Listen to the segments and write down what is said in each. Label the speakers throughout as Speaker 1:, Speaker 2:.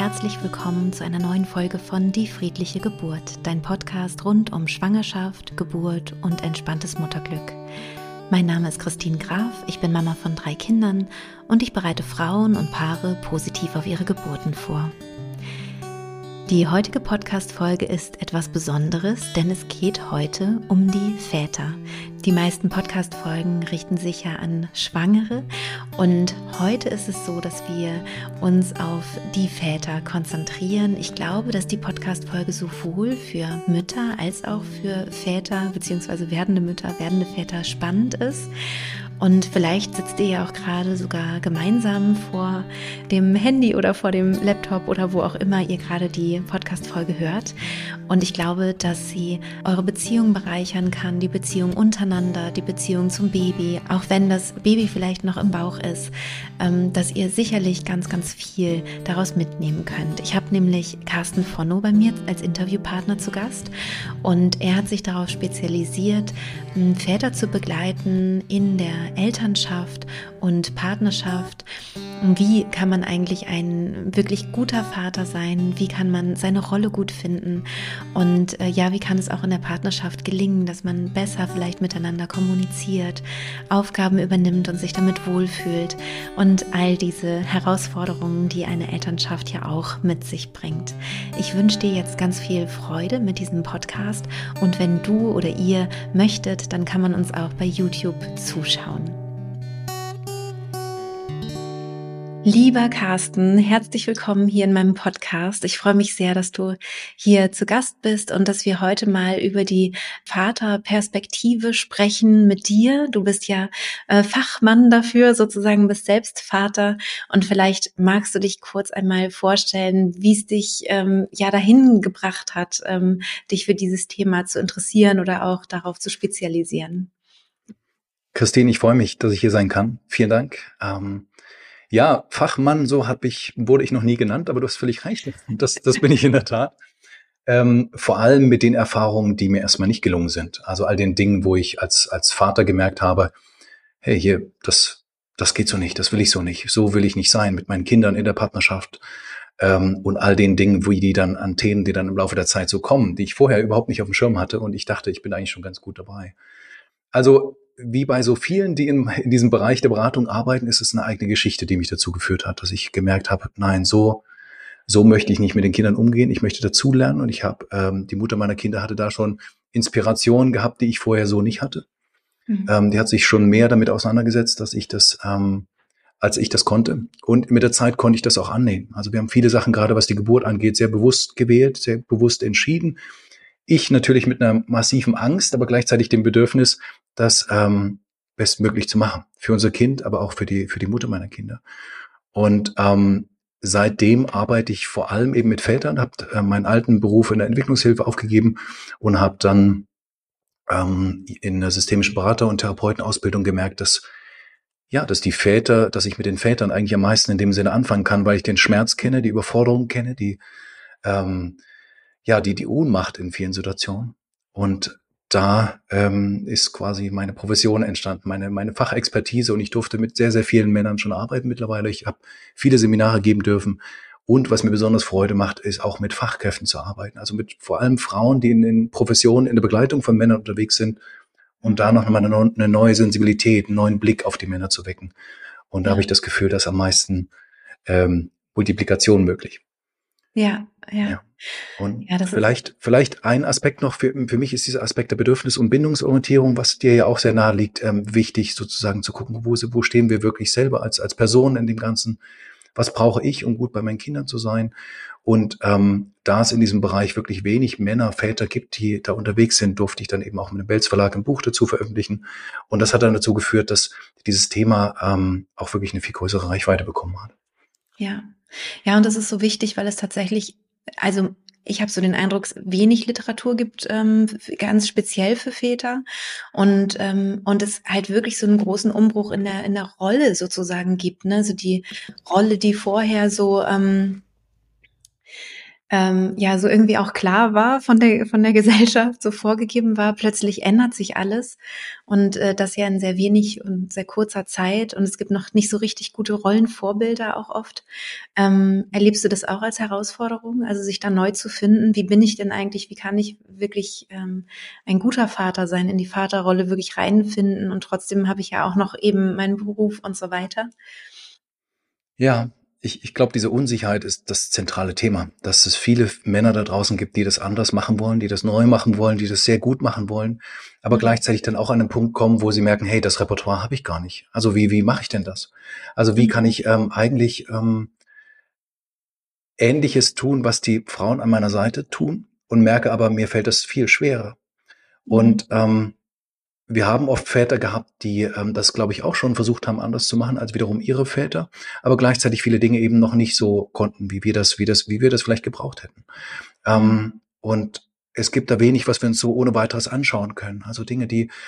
Speaker 1: herzlich willkommen zu einer neuen Folge von Die friedliche Geburt, dein Podcast rund um Schwangerschaft, Geburt und entspanntes Mutterglück. Mein Name ist Christine Graf, ich bin Mama von 3 Kindern und ich bereite Frauen und Paare positiv auf ihre Geburten vor. Die heutige Podcast-Folge ist etwas Besonderes, denn es geht heute um die Väter. Die meisten Podcast-Folgen richten sich ja an Schwangere und heute ist es so, dass wir uns auf die Väter konzentrieren. Ich glaube, dass die Podcast-Folge sowohl für Mütter als auch für Väter bzw. werdende Mütter, werdende Väter spannend ist. Und vielleicht sitzt ihr ja auch gerade sogar gemeinsam vor dem Handy oder vor dem Laptop oder wo auch immer ihr gerade die Podcast-Folge hört. Und ich glaube, dass sie eure Beziehung bereichern kann, die Beziehung untereinander, die Beziehung zum Baby, auch wenn das Baby vielleicht noch im Bauch ist, dass ihr sicherlich ganz, ganz viel daraus mitnehmen könnt. Ich habe nämlich Carsten Vonno bei mir als Interviewpartner zu Gast und er hat sich darauf spezialisiert, Väter zu begleiten in der Elternschaft und Partnerschaft. Wie kann man eigentlich ein wirklich guter Vater sein? Wie kann man seine Rolle gut finden? Und wie kann es auch in der Partnerschaft gelingen, dass man besser vielleicht miteinander kommuniziert, Aufgaben übernimmt und sich damit wohlfühlt und all diese Herausforderungen, die eine Elternschaft ja auch mit sich bringt. Ich wünsche dir jetzt ganz viel Freude mit diesem Podcast und wenn du oder ihr möchtet, dann kann man uns auch bei YouTube zuschauen. Lieber Carsten, herzlich willkommen hier in meinem Podcast. Ich freue mich sehr, dass du hier zu Gast bist und dass wir heute mal über die Vaterperspektive sprechen mit dir. Du bist ja Fachmann dafür, sozusagen bist selbst Vater und vielleicht magst du dich kurz einmal vorstellen, wie es dich dahin gebracht hat, dich für dieses Thema zu interessieren oder auch darauf zu spezialisieren.
Speaker 2: Christine, ich freue mich, dass ich hier sein kann. Vielen Dank. Fachmann, wurde ich noch nie genannt, aber du hast völlig recht. Das bin ich in der Tat. Vor allem mit den Erfahrungen, die mir erstmal nicht gelungen sind. Also all den Dingen, wo ich als Vater gemerkt habe, hey, hier, das geht so nicht, das will ich so nicht. So will ich nicht sein mit meinen Kindern in der Partnerschaft. Und all den Dingen, an Themen, die dann im Laufe der Zeit so kommen, die ich vorher überhaupt nicht auf dem Schirm hatte. Und ich dachte, ich bin eigentlich schon ganz gut dabei. Also, wie bei so vielen, die in diesem Bereich der Beratung arbeiten, ist es eine eigene Geschichte, die mich dazu geführt hat, dass ich gemerkt habe, nein, so möchte ich nicht mit den Kindern umgehen. Ich möchte dazulernen und ich habe, die Mutter meiner Kinder hatte da schon Inspirationen gehabt, die ich vorher so nicht hatte. Mhm. Die hat sich schon mehr damit auseinandergesetzt, als ich das konnte. Und mit der Zeit konnte ich das auch annehmen. Also wir haben viele Sachen, gerade was die Geburt angeht, sehr bewusst gewählt, sehr bewusst entschieden. Ich natürlich mit einer massiven Angst, aber gleichzeitig dem Bedürfnis, das bestmöglich zu machen. Für unser Kind, aber auch für die Mutter meiner Kinder. Und seitdem arbeite ich vor allem eben mit Vätern, habe meinen alten Beruf in der Entwicklungshilfe aufgegeben und habe dann in der systemischen Berater- und Therapeutenausbildung gemerkt, dass ich mit den Vätern eigentlich am meisten in dem Sinne anfangen kann, weil ich den Schmerz kenne, die Überforderung kenne, die Ohnmacht in vielen Situationen. Und da ist quasi meine Profession entstanden, meine Fachexpertise, und ich durfte mit sehr, sehr vielen Männern schon arbeiten mittlerweile. Ich habe viele Seminare geben dürfen. Und was mir besonders Freude macht, ist auch mit Fachkräften zu arbeiten. Also mit vor allem Frauen, die in den Professionen, in der Begleitung von Männern unterwegs sind, und da noch mal eine neue Sensibilität, einen neuen Blick auf die Männer zu wecken. Und da habe ich das Gefühl, dass am meisten Multiplikation möglich.
Speaker 1: Ja.
Speaker 2: Und vielleicht ein Aspekt noch, für mich ist dieser Aspekt der Bedürfnis- und Bindungsorientierung, was dir ja auch sehr nahe liegt, wichtig, sozusagen zu gucken, wo stehen wir wirklich selber als Person in dem Ganzen, was brauche ich, um gut bei meinen Kindern zu sein. Und da es in diesem Bereich wirklich wenig Männer, Väter gibt, die da unterwegs sind, durfte ich dann eben auch mit dem Belz Verlag ein Buch dazu veröffentlichen. Und das hat dann dazu geführt, dass dieses Thema auch wirklich eine viel größere Reichweite bekommen hat.
Speaker 1: Ja, und das ist so wichtig, weil es tatsächlich, also ich habe so den Eindruck, es wenig Literatur gibt, ganz speziell für Väter und es halt wirklich so einen großen Umbruch in der Rolle sozusagen gibt, ne? So die Rolle, die vorher so ja so irgendwie auch klar war von der Gesellschaft, so vorgegeben war. Plötzlich ändert sich alles und das ja in sehr wenig und sehr kurzer Zeit und es gibt noch nicht so richtig gute Rollenvorbilder auch oft. Erlebst du das auch als Herausforderung, also sich da neu zu finden? Wie bin ich denn eigentlich? Wie kann ich wirklich ein guter Vater sein, in die Vaterrolle wirklich reinfinden und trotzdem habe ich ja auch noch eben meinen Beruf und so weiter?
Speaker 2: Ja, ich glaube, diese Unsicherheit ist das zentrale Thema, dass es viele Männer da draußen gibt, die das anders machen wollen, die das neu machen wollen, die das sehr gut machen wollen, aber
Speaker 1: Mhm.
Speaker 2: gleichzeitig dann auch an einen Punkt kommen, wo sie merken, hey, das Repertoire habe ich gar nicht. Also wie mache ich denn das? Also wie kann ich eigentlich Ähnliches tun, was die Frauen an meiner Seite tun und merke aber, mir fällt das viel schwerer.
Speaker 1: Mhm.
Speaker 2: Und wir haben oft Väter gehabt, die das, glaube ich, auch schon versucht haben, anders zu machen als wiederum ihre Väter, aber gleichzeitig viele Dinge eben noch nicht so konnten, wie wir das vielleicht gebraucht hätten.
Speaker 1: Ja,
Speaker 2: Und es gibt da wenig, was wir uns so ohne weiteres anschauen können. Also Dinge,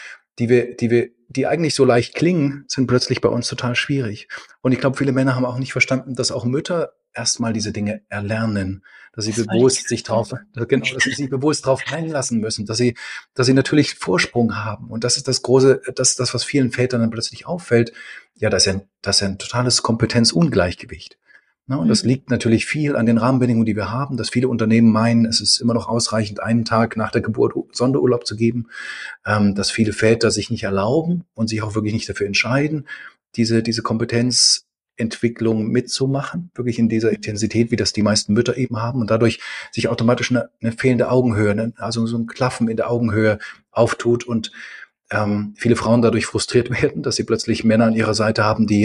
Speaker 2: die eigentlich so leicht klingen, sind plötzlich bei uns total schwierig. Und ich glaube, viele Männer haben auch nicht verstanden, dass auch Mütter erstmal diese Dinge erlernen, dass sie
Speaker 1: das wollte ich
Speaker 2: bewusst sich
Speaker 1: gerade
Speaker 2: drauf, genau, dass sie sich bewusst drauf einlassen müssen, dass sie natürlich Vorsprung haben. Und das ist das Große, das, was vielen Vätern dann plötzlich auffällt. Ja, das ist ja ein totales Kompetenzungleichgewicht. Na, und das
Speaker 1: sagen.
Speaker 2: liegt natürlich viel an den Rahmenbedingungen, die wir haben, dass viele Unternehmen meinen, es ist immer noch ausreichend, einen Tag nach der Geburt Sonderurlaub zu geben, dass viele Väter sich nicht erlauben und sich auch wirklich nicht dafür entscheiden, diese Kompetenzentwicklung mitzumachen, wirklich in dieser Intensität, wie das die meisten Mütter eben haben und dadurch sich automatisch eine fehlende Augenhöhe, also so ein Klaffen in der Augenhöhe auftut und viele Frauen dadurch frustriert werden, dass sie plötzlich Männer an ihrer Seite haben, die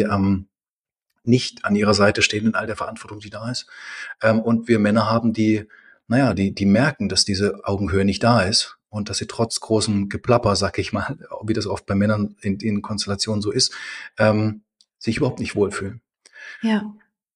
Speaker 2: nicht an ihrer Seite stehen in all der Verantwortung, die da ist. Und wir Männer haben, die merken, dass diese Augenhöhe nicht da ist und dass sie trotz großem Geplapper, sag ich mal, wie das oft bei Männern in Konstellationen so ist, sich überhaupt nicht wohlfühlen.
Speaker 1: Ja,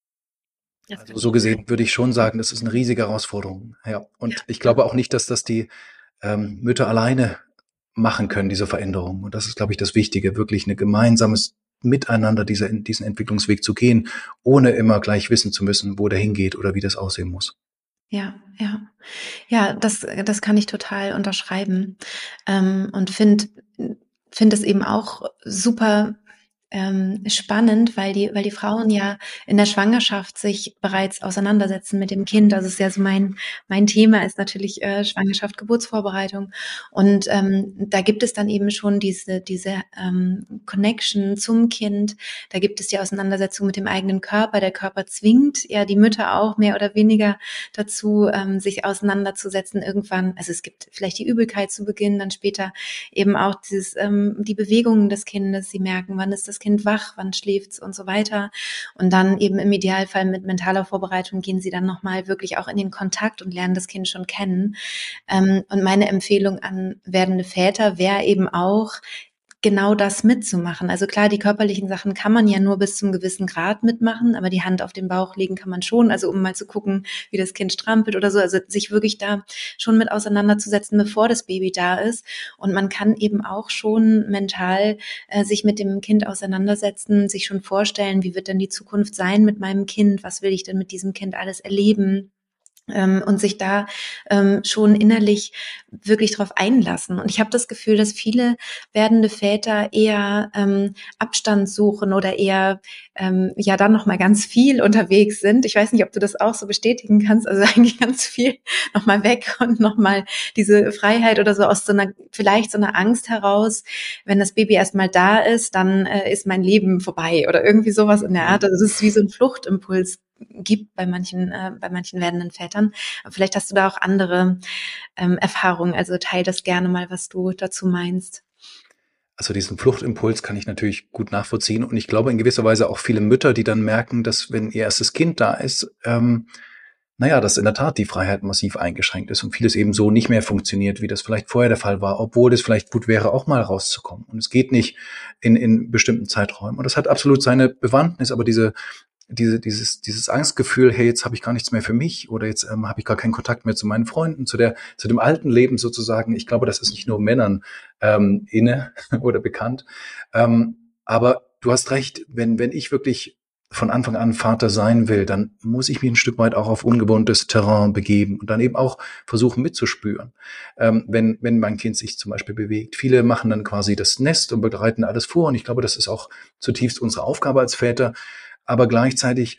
Speaker 1: das
Speaker 2: Also
Speaker 1: kann ich
Speaker 2: so
Speaker 1: total.
Speaker 2: gesehen würde ich schon sagen, das ist eine riesige Herausforderung. Ja.
Speaker 1: Ja,
Speaker 2: Und ich
Speaker 1: ja,
Speaker 2: glaube auch nicht, dass das die Mütter alleine machen können, diese Veränderung. Und das ist, glaube ich, das Wichtige, wirklich ein gemeinsames Miteinander diesen Entwicklungsweg zu gehen, ohne immer gleich wissen zu müssen, wo der hingeht oder wie das aussehen muss.
Speaker 1: ja, ja. Ja, das kann ich total unterschreiben, und finde es eben auch super, spannend, weil die Frauen ja in der Schwangerschaft sich bereits auseinandersetzen mit dem Kind. Also, es ist ja so mein Thema ist natürlich, Schwangerschaft, Geburtsvorbereitung. Und, da gibt es dann eben schon diese, Connection zum Kind. Da gibt es die Auseinandersetzung mit dem eigenen Körper. Der Körper zwingt ja die Mütter auch mehr oder weniger dazu, sich auseinanderzusetzen irgendwann. Also es gibt vielleicht die Übelkeit zu Beginn, dann später eben auch die Bewegungen des Kindes. Sie merken, wann ist das Kind wach, wann schläft's und so weiter. Und dann eben im Idealfall mit mentaler Vorbereitung gehen sie dann nochmal wirklich auch in den Kontakt und lernen das Kind schon kennen. Und meine Empfehlung an werdende Väter wäre eben auch, genau das mitzumachen. Also klar, die körperlichen Sachen kann man ja nur bis zum gewissen Grad mitmachen, aber die Hand auf den Bauch legen kann man schon, also um mal zu gucken, wie das Kind strampelt oder so, also sich wirklich da schon mit auseinanderzusetzen, bevor das Baby da ist. Und man kann eben auch schon mental sich mit dem Kind auseinandersetzen, sich schon vorstellen, wie wird denn die Zukunft sein mit meinem Kind, was will ich denn mit diesem Kind alles erleben? Und sich da schon innerlich wirklich drauf einlassen. Und ich habe das Gefühl, dass viele werdende Väter eher Abstand suchen oder eher ja dann noch mal ganz viel unterwegs sind. Ich weiß nicht, ob du das auch so bestätigen kannst. Also eigentlich ganz viel noch mal weg und noch mal diese Freiheit oder so aus so einer vielleicht so einer Angst heraus, wenn das Baby erst mal da ist, dann ist mein Leben vorbei oder irgendwie sowas in der Art. Also es ist wie so ein Fluchtimpuls gibt bei manchen werdenden Vätern. Aber vielleicht hast du da auch andere Erfahrungen. Also teil das gerne mal, was du dazu meinst.
Speaker 2: Also diesen Fluchtimpuls kann ich natürlich gut nachvollziehen und ich glaube in gewisser Weise auch viele Mütter, die dann merken, dass wenn ihr erstes Kind da ist, dass in der Tat die Freiheit massiv eingeschränkt ist und vieles eben so nicht mehr funktioniert, wie das vielleicht vorher der Fall war, obwohl es vielleicht gut wäre, auch mal rauszukommen. Und es geht nicht in bestimmten Zeiträumen. Und das hat absolut seine Bewandtnis, aber dieses Angstgefühl, hey, jetzt habe ich gar nichts mehr für mich oder jetzt habe ich gar keinen Kontakt mehr zu meinen Freunden, zu dem alten Leben sozusagen. Ich glaube, das ist nicht nur Männern inne oder bekannt. Aber du hast recht, wenn ich wirklich von Anfang an Vater sein will, dann muss ich mich ein Stück weit auch auf ungewohntes Terrain begeben und dann eben auch versuchen mitzuspüren, wenn mein Kind sich zum Beispiel bewegt. Viele machen dann quasi das Nest und bereiten alles vor und ich glaube, das ist auch zutiefst unsere Aufgabe als Väter, aber gleichzeitig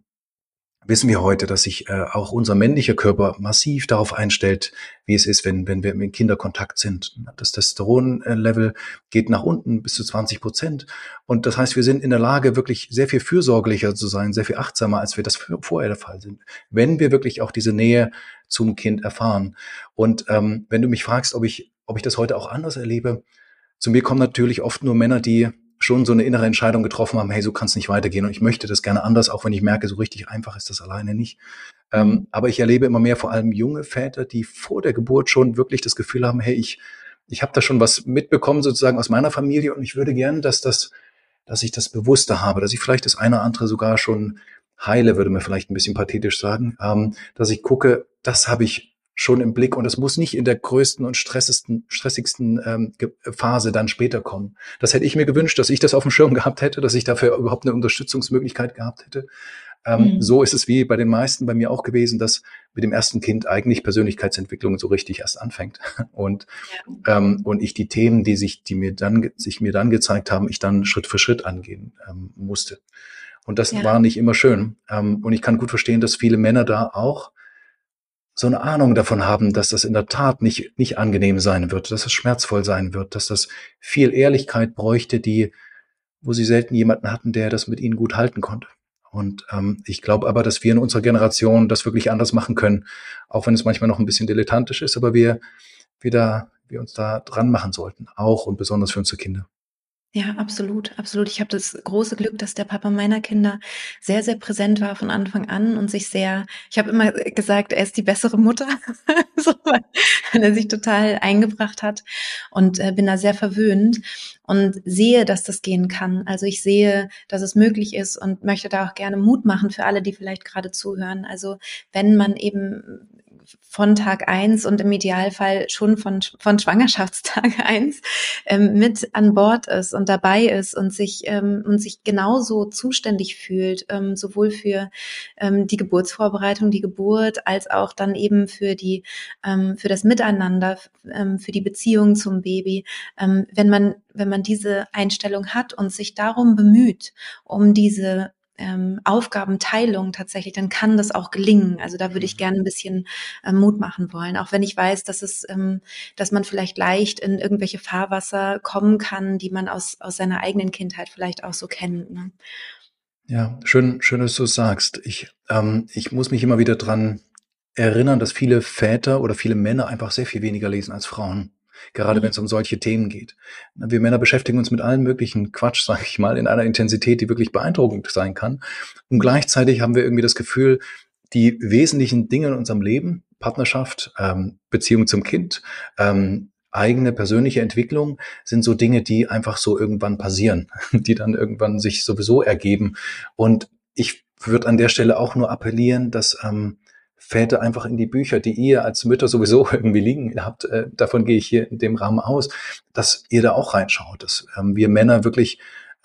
Speaker 2: wissen wir heute, dass sich auch unser männlicher Körper massiv darauf einstellt, wie es ist, wenn wir mit Kinderkontakt sind. Das Testosteronlevel geht nach unten bis zu 20%. Und das heißt, wir sind in der Lage, wirklich sehr viel fürsorglicher zu sein, sehr viel achtsamer, als wir das vorher der Fall sind, wenn wir wirklich auch diese Nähe zum Kind erfahren. Und wenn du mich fragst, ob ich das heute auch anders erlebe, zu mir kommen natürlich oft nur Männer, die schon so eine innere Entscheidung getroffen haben, hey, so kann es nicht weitergehen und ich möchte das gerne anders, auch wenn ich merke, so richtig einfach ist das alleine nicht. Aber ich erlebe immer mehr vor allem junge Väter, die vor der Geburt schon wirklich das Gefühl haben, hey, ich habe da schon was mitbekommen sozusagen aus meiner Familie und ich würde gern, dass ich das bewusster habe, dass ich vielleicht das eine oder andere sogar schon heile, würde man vielleicht ein bisschen pathetisch sagen, dass ich gucke, das habe ich schon im Blick und es muss nicht in der größten und stressigsten Phase dann später kommen. Das hätte ich mir gewünscht, dass ich das auf dem Schirm gehabt hätte, dass ich dafür überhaupt eine Unterstützungsmöglichkeit gehabt hätte. So ist es wie bei den meisten bei mir auch gewesen, dass mit dem ersten Kind eigentlich Persönlichkeitsentwicklung so richtig erst anfängt und ich die Themen, die sich mir dann gezeigt haben, ich dann Schritt für Schritt angehen musste. Und das war nicht immer schön. Und ich kann gut verstehen, dass viele Männer da auch so eine Ahnung davon haben, dass das in der Tat nicht angenehm sein wird, dass es schmerzvoll sein wird, dass das viel Ehrlichkeit bräuchte, wo sie selten jemanden hatten, der das mit ihnen gut halten konnte. Und ich glaube aber, dass wir in unserer Generation das wirklich anders machen können, auch wenn es manchmal noch ein bisschen dilettantisch ist, aber wir uns da dran machen sollten, auch und besonders für unsere Kinder.
Speaker 1: Ja, absolut, absolut. Ich habe das große Glück, dass der Papa meiner Kinder sehr, sehr präsent war von Anfang an und ich habe immer gesagt, er ist die bessere Mutter, so, weil er sich total eingebracht hat und bin da sehr verwöhnt und sehe, dass das gehen kann. Also ich sehe, dass es möglich ist und möchte da auch gerne Mut machen für alle, die vielleicht gerade zuhören. Also wenn man eben von Tag 1 und im Idealfall schon von Schwangerschaftstag 1 mit an Bord ist und dabei ist und sich genauso zuständig fühlt, sowohl für die Geburtsvorbereitung, die Geburt, als auch dann eben für das Miteinander, für die Beziehung zum Baby. Wenn man diese Einstellung hat und sich darum bemüht, um diese Aufgabenteilung tatsächlich, dann kann das auch gelingen. Also da würde ich gerne ein bisschen Mut machen wollen, auch wenn ich weiß, dass man vielleicht leicht in irgendwelche Fahrwasser kommen kann, die man aus seiner eigenen Kindheit vielleicht auch so kennt. Ne?
Speaker 2: Ja, schön, dass du es sagst. Ich muss mich immer wieder dran erinnern, dass viele Väter oder viele Männer einfach sehr viel weniger lesen als Frauen. Gerade wenn es um solche Themen geht. Wir Männer beschäftigen uns mit allen möglichen Quatsch, sage ich mal, in einer Intensität, die wirklich beeindruckend sein kann. Und gleichzeitig haben wir irgendwie das Gefühl, die wesentlichen Dinge in unserem Leben, Partnerschaft, Beziehung zum Kind, eigene persönliche Entwicklung, sind so Dinge, die einfach so irgendwann passieren, die dann irgendwann sich sowieso ergeben. Und ich würde an der Stelle auch nur appellieren, dass Väter einfach in die Bücher, die ihr als Mütter sowieso irgendwie liegen habt, davon gehe ich hier in dem Rahmen aus, dass ihr da auch reinschaut, dass wir Männer wirklich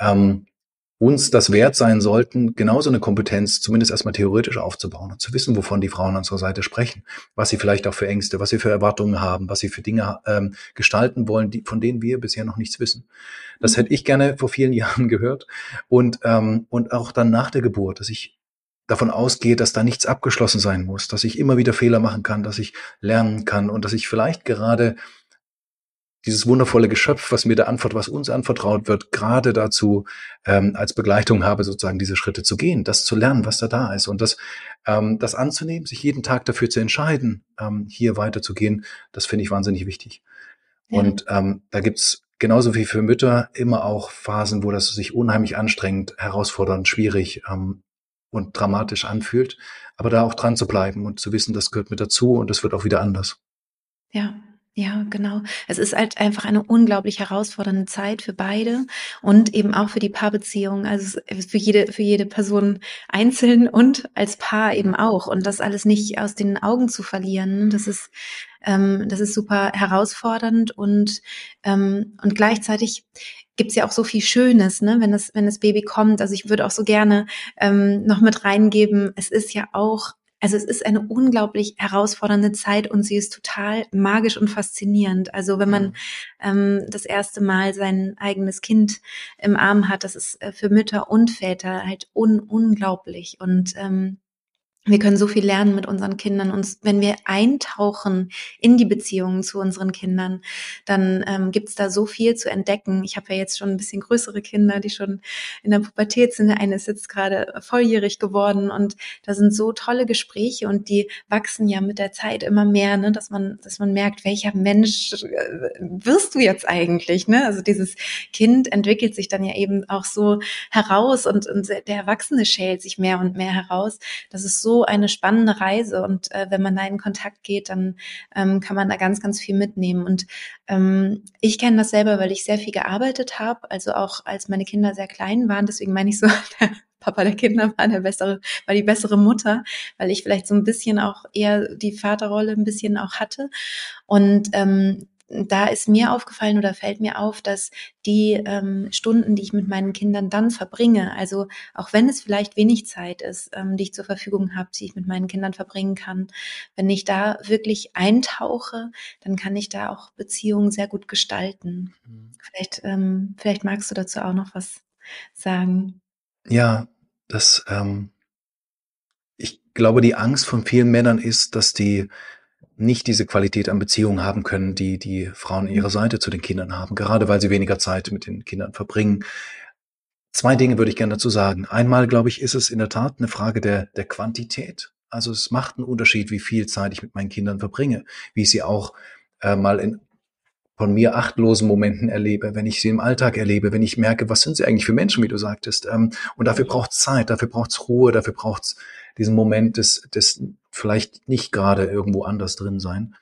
Speaker 2: uns das wert sein sollten, genauso eine Kompetenz zumindest erstmal theoretisch aufzubauen und zu wissen, wovon die Frauen an unserer Seite sprechen, was sie vielleicht auch für Ängste, was sie für Erwartungen haben, was sie für Dinge gestalten wollen, von denen wir bisher noch nichts wissen. Das hätte ich gerne vor vielen Jahren gehört und auch dann nach der Geburt, dass ich davon ausgehe, dass da nichts abgeschlossen sein muss, dass ich immer wieder Fehler machen kann, dass ich lernen kann und dass ich vielleicht gerade dieses wundervolle Geschöpf, was uns anvertraut wird, gerade dazu als Begleitung habe, sozusagen diese Schritte zu gehen, das zu lernen, was da ist und das anzunehmen, sich jeden Tag dafür zu entscheiden, hier weiterzugehen, das finde ich wahnsinnig wichtig. Ja. Und da gibt's genauso wie für Mütter immer auch Phasen, wo das sich unheimlich anstrengend, herausfordernd, schwierig und dramatisch anfühlt, aber da auch dran zu bleiben und zu wissen, das gehört mit dazu und es wird auch wieder anders.
Speaker 1: Ja. Ja, genau. Es ist halt einfach eine unglaublich herausfordernde Zeit für beide und eben auch für die Paarbeziehung, also für jede Person einzeln und als Paar eben auch. Und das alles nicht aus den Augen zu verlieren, das ist super herausfordernd und gleichzeitig gibt's ja auch so viel Schönes, ne, wenn das Baby kommt. Also ich würde auch so gerne noch mit reingeben, es ist ja auch, also es ist eine unglaublich herausfordernde Zeit und sie ist total magisch und faszinierend. Also wenn man das erste Mal sein eigenes Kind im Arm hat, das ist für Mütter und Väter halt unglaublich. Und wir können so viel lernen mit unseren Kindern. Und wenn wir eintauchen in die Beziehungen zu unseren Kindern, dann gibt's da so viel zu entdecken. Ich habe ja jetzt schon ein bisschen größere Kinder, die schon in der Pubertät sind. Der eine ist jetzt gerade volljährig geworden und da sind so tolle Gespräche und die wachsen ja mit der Zeit immer mehr, ne, dass man merkt, welcher Mensch wirst du jetzt eigentlich, ne? Also dieses Kind entwickelt sich dann ja eben auch so heraus und der Erwachsene schält sich mehr und mehr heraus. Das ist so eine spannende Reise und wenn man da in Kontakt geht, dann kann man da ganz, ganz viel mitnehmen. Und ich kenne das selber, weil ich sehr viel gearbeitet habe, also auch als meine Kinder sehr klein waren. Deswegen meine ich so, der Papa der Kinder war die bessere Mutter, weil ich vielleicht so ein bisschen auch eher die Vaterrolle ein bisschen auch hatte. Und da ist mir aufgefallen oder fällt mir auf, dass die Stunden, die ich mit meinen Kindern dann verbringe, also auch wenn es vielleicht wenig Zeit ist, die ich zur Verfügung habe, die ich mit meinen Kindern verbringen kann, wenn ich da wirklich eintauche, dann kann ich da auch Beziehungen sehr gut gestalten. Vielleicht magst du dazu auch noch was sagen.
Speaker 2: Ja, ich glaube, die Angst von vielen Männern ist, dass die nicht diese Qualität an Beziehungen haben können, die die Frauen an ihrer Seite zu den Kindern haben, gerade weil sie weniger Zeit mit den Kindern verbringen. Zwei Dinge würde ich gerne dazu sagen. Einmal, glaube ich, ist es in der Tat eine Frage der Quantität. Also es macht einen Unterschied, wie viel Zeit ich mit meinen Kindern verbringe, wie ich sie auch mal in von mir achtlosen Momenten erlebe, wenn ich sie im Alltag erlebe, wenn ich merke, was sind sie eigentlich für Menschen, wie du sagtest. Und dafür braucht es Zeit, dafür braucht es Ruhe, dafür braucht es diesen Moment des vielleicht nicht gerade irgendwo anders drin sein.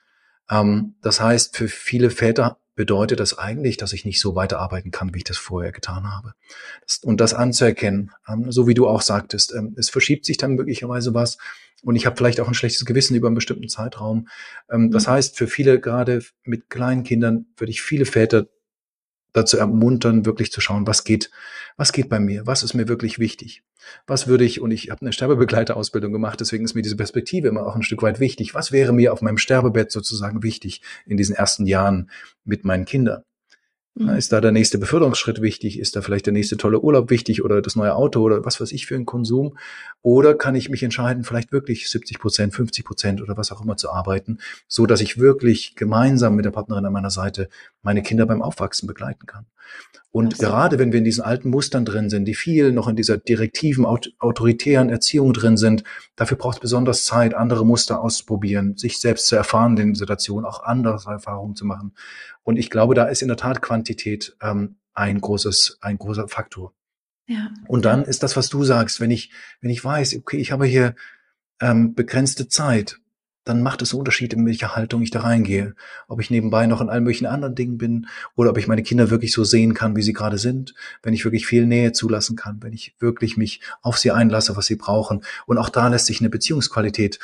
Speaker 2: Das heißt, für viele Väter bedeutet das eigentlich, dass ich nicht so weiterarbeiten kann, wie ich das vorher getan habe. Und das anzuerkennen, so wie du auch sagtest, es verschiebt sich dann möglicherweise was und ich habe vielleicht auch ein schlechtes Gewissen über einen bestimmten Zeitraum. Das heißt, für viele, gerade mit kleinen Kindern, würde ich viele Väter dazu ermuntern, wirklich zu schauen, was geht bei mir, was ist mir wirklich wichtig, was würde ich, und ich habe eine Sterbebegleiterausbildung gemacht, deswegen ist mir diese Perspektive immer auch ein Stück weit wichtig, was wäre mir auf meinem Sterbebett sozusagen wichtig in diesen ersten Jahren mit meinen Kindern. Ist da der nächste Beförderungsschritt wichtig? Ist da vielleicht der nächste tolle Urlaub wichtig oder das neue Auto oder was weiß ich für einen Konsum? Oder kann ich mich entscheiden, vielleicht wirklich 70%, 50% oder was auch immer zu arbeiten, so dass ich wirklich gemeinsam mit der Partnerin an meiner Seite meine Kinder beim Aufwachsen begleiten kann? Und gerade wenn wir in diesen alten Mustern drin sind, die viel noch in dieser direktiven, autoritären Erziehung drin sind, dafür braucht es besonders Zeit, andere Muster auszuprobieren, sich selbst zu erfahren in den Situationen, auch andere Erfahrungen zu machen. Und ich glaube, da ist in der Tat Quantität ein großer Faktor.
Speaker 1: Ja.
Speaker 2: Und dann ist das, was du sagst, wenn ich weiß, okay, ich habe hier begrenzte Zeit, dann macht es einen Unterschied, in welcher Haltung ich da reingehe. Ob ich nebenbei noch in allen möglichen anderen Dingen bin oder ob ich meine Kinder wirklich so sehen kann, wie sie gerade sind, wenn ich wirklich viel Nähe zulassen kann, wenn ich wirklich mich auf sie einlasse, was sie brauchen. Und auch da lässt sich eine Beziehungsqualität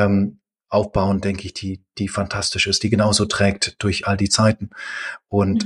Speaker 2: aufbauen, denke ich, die fantastisch ist, die genauso trägt durch all die Zeiten. Und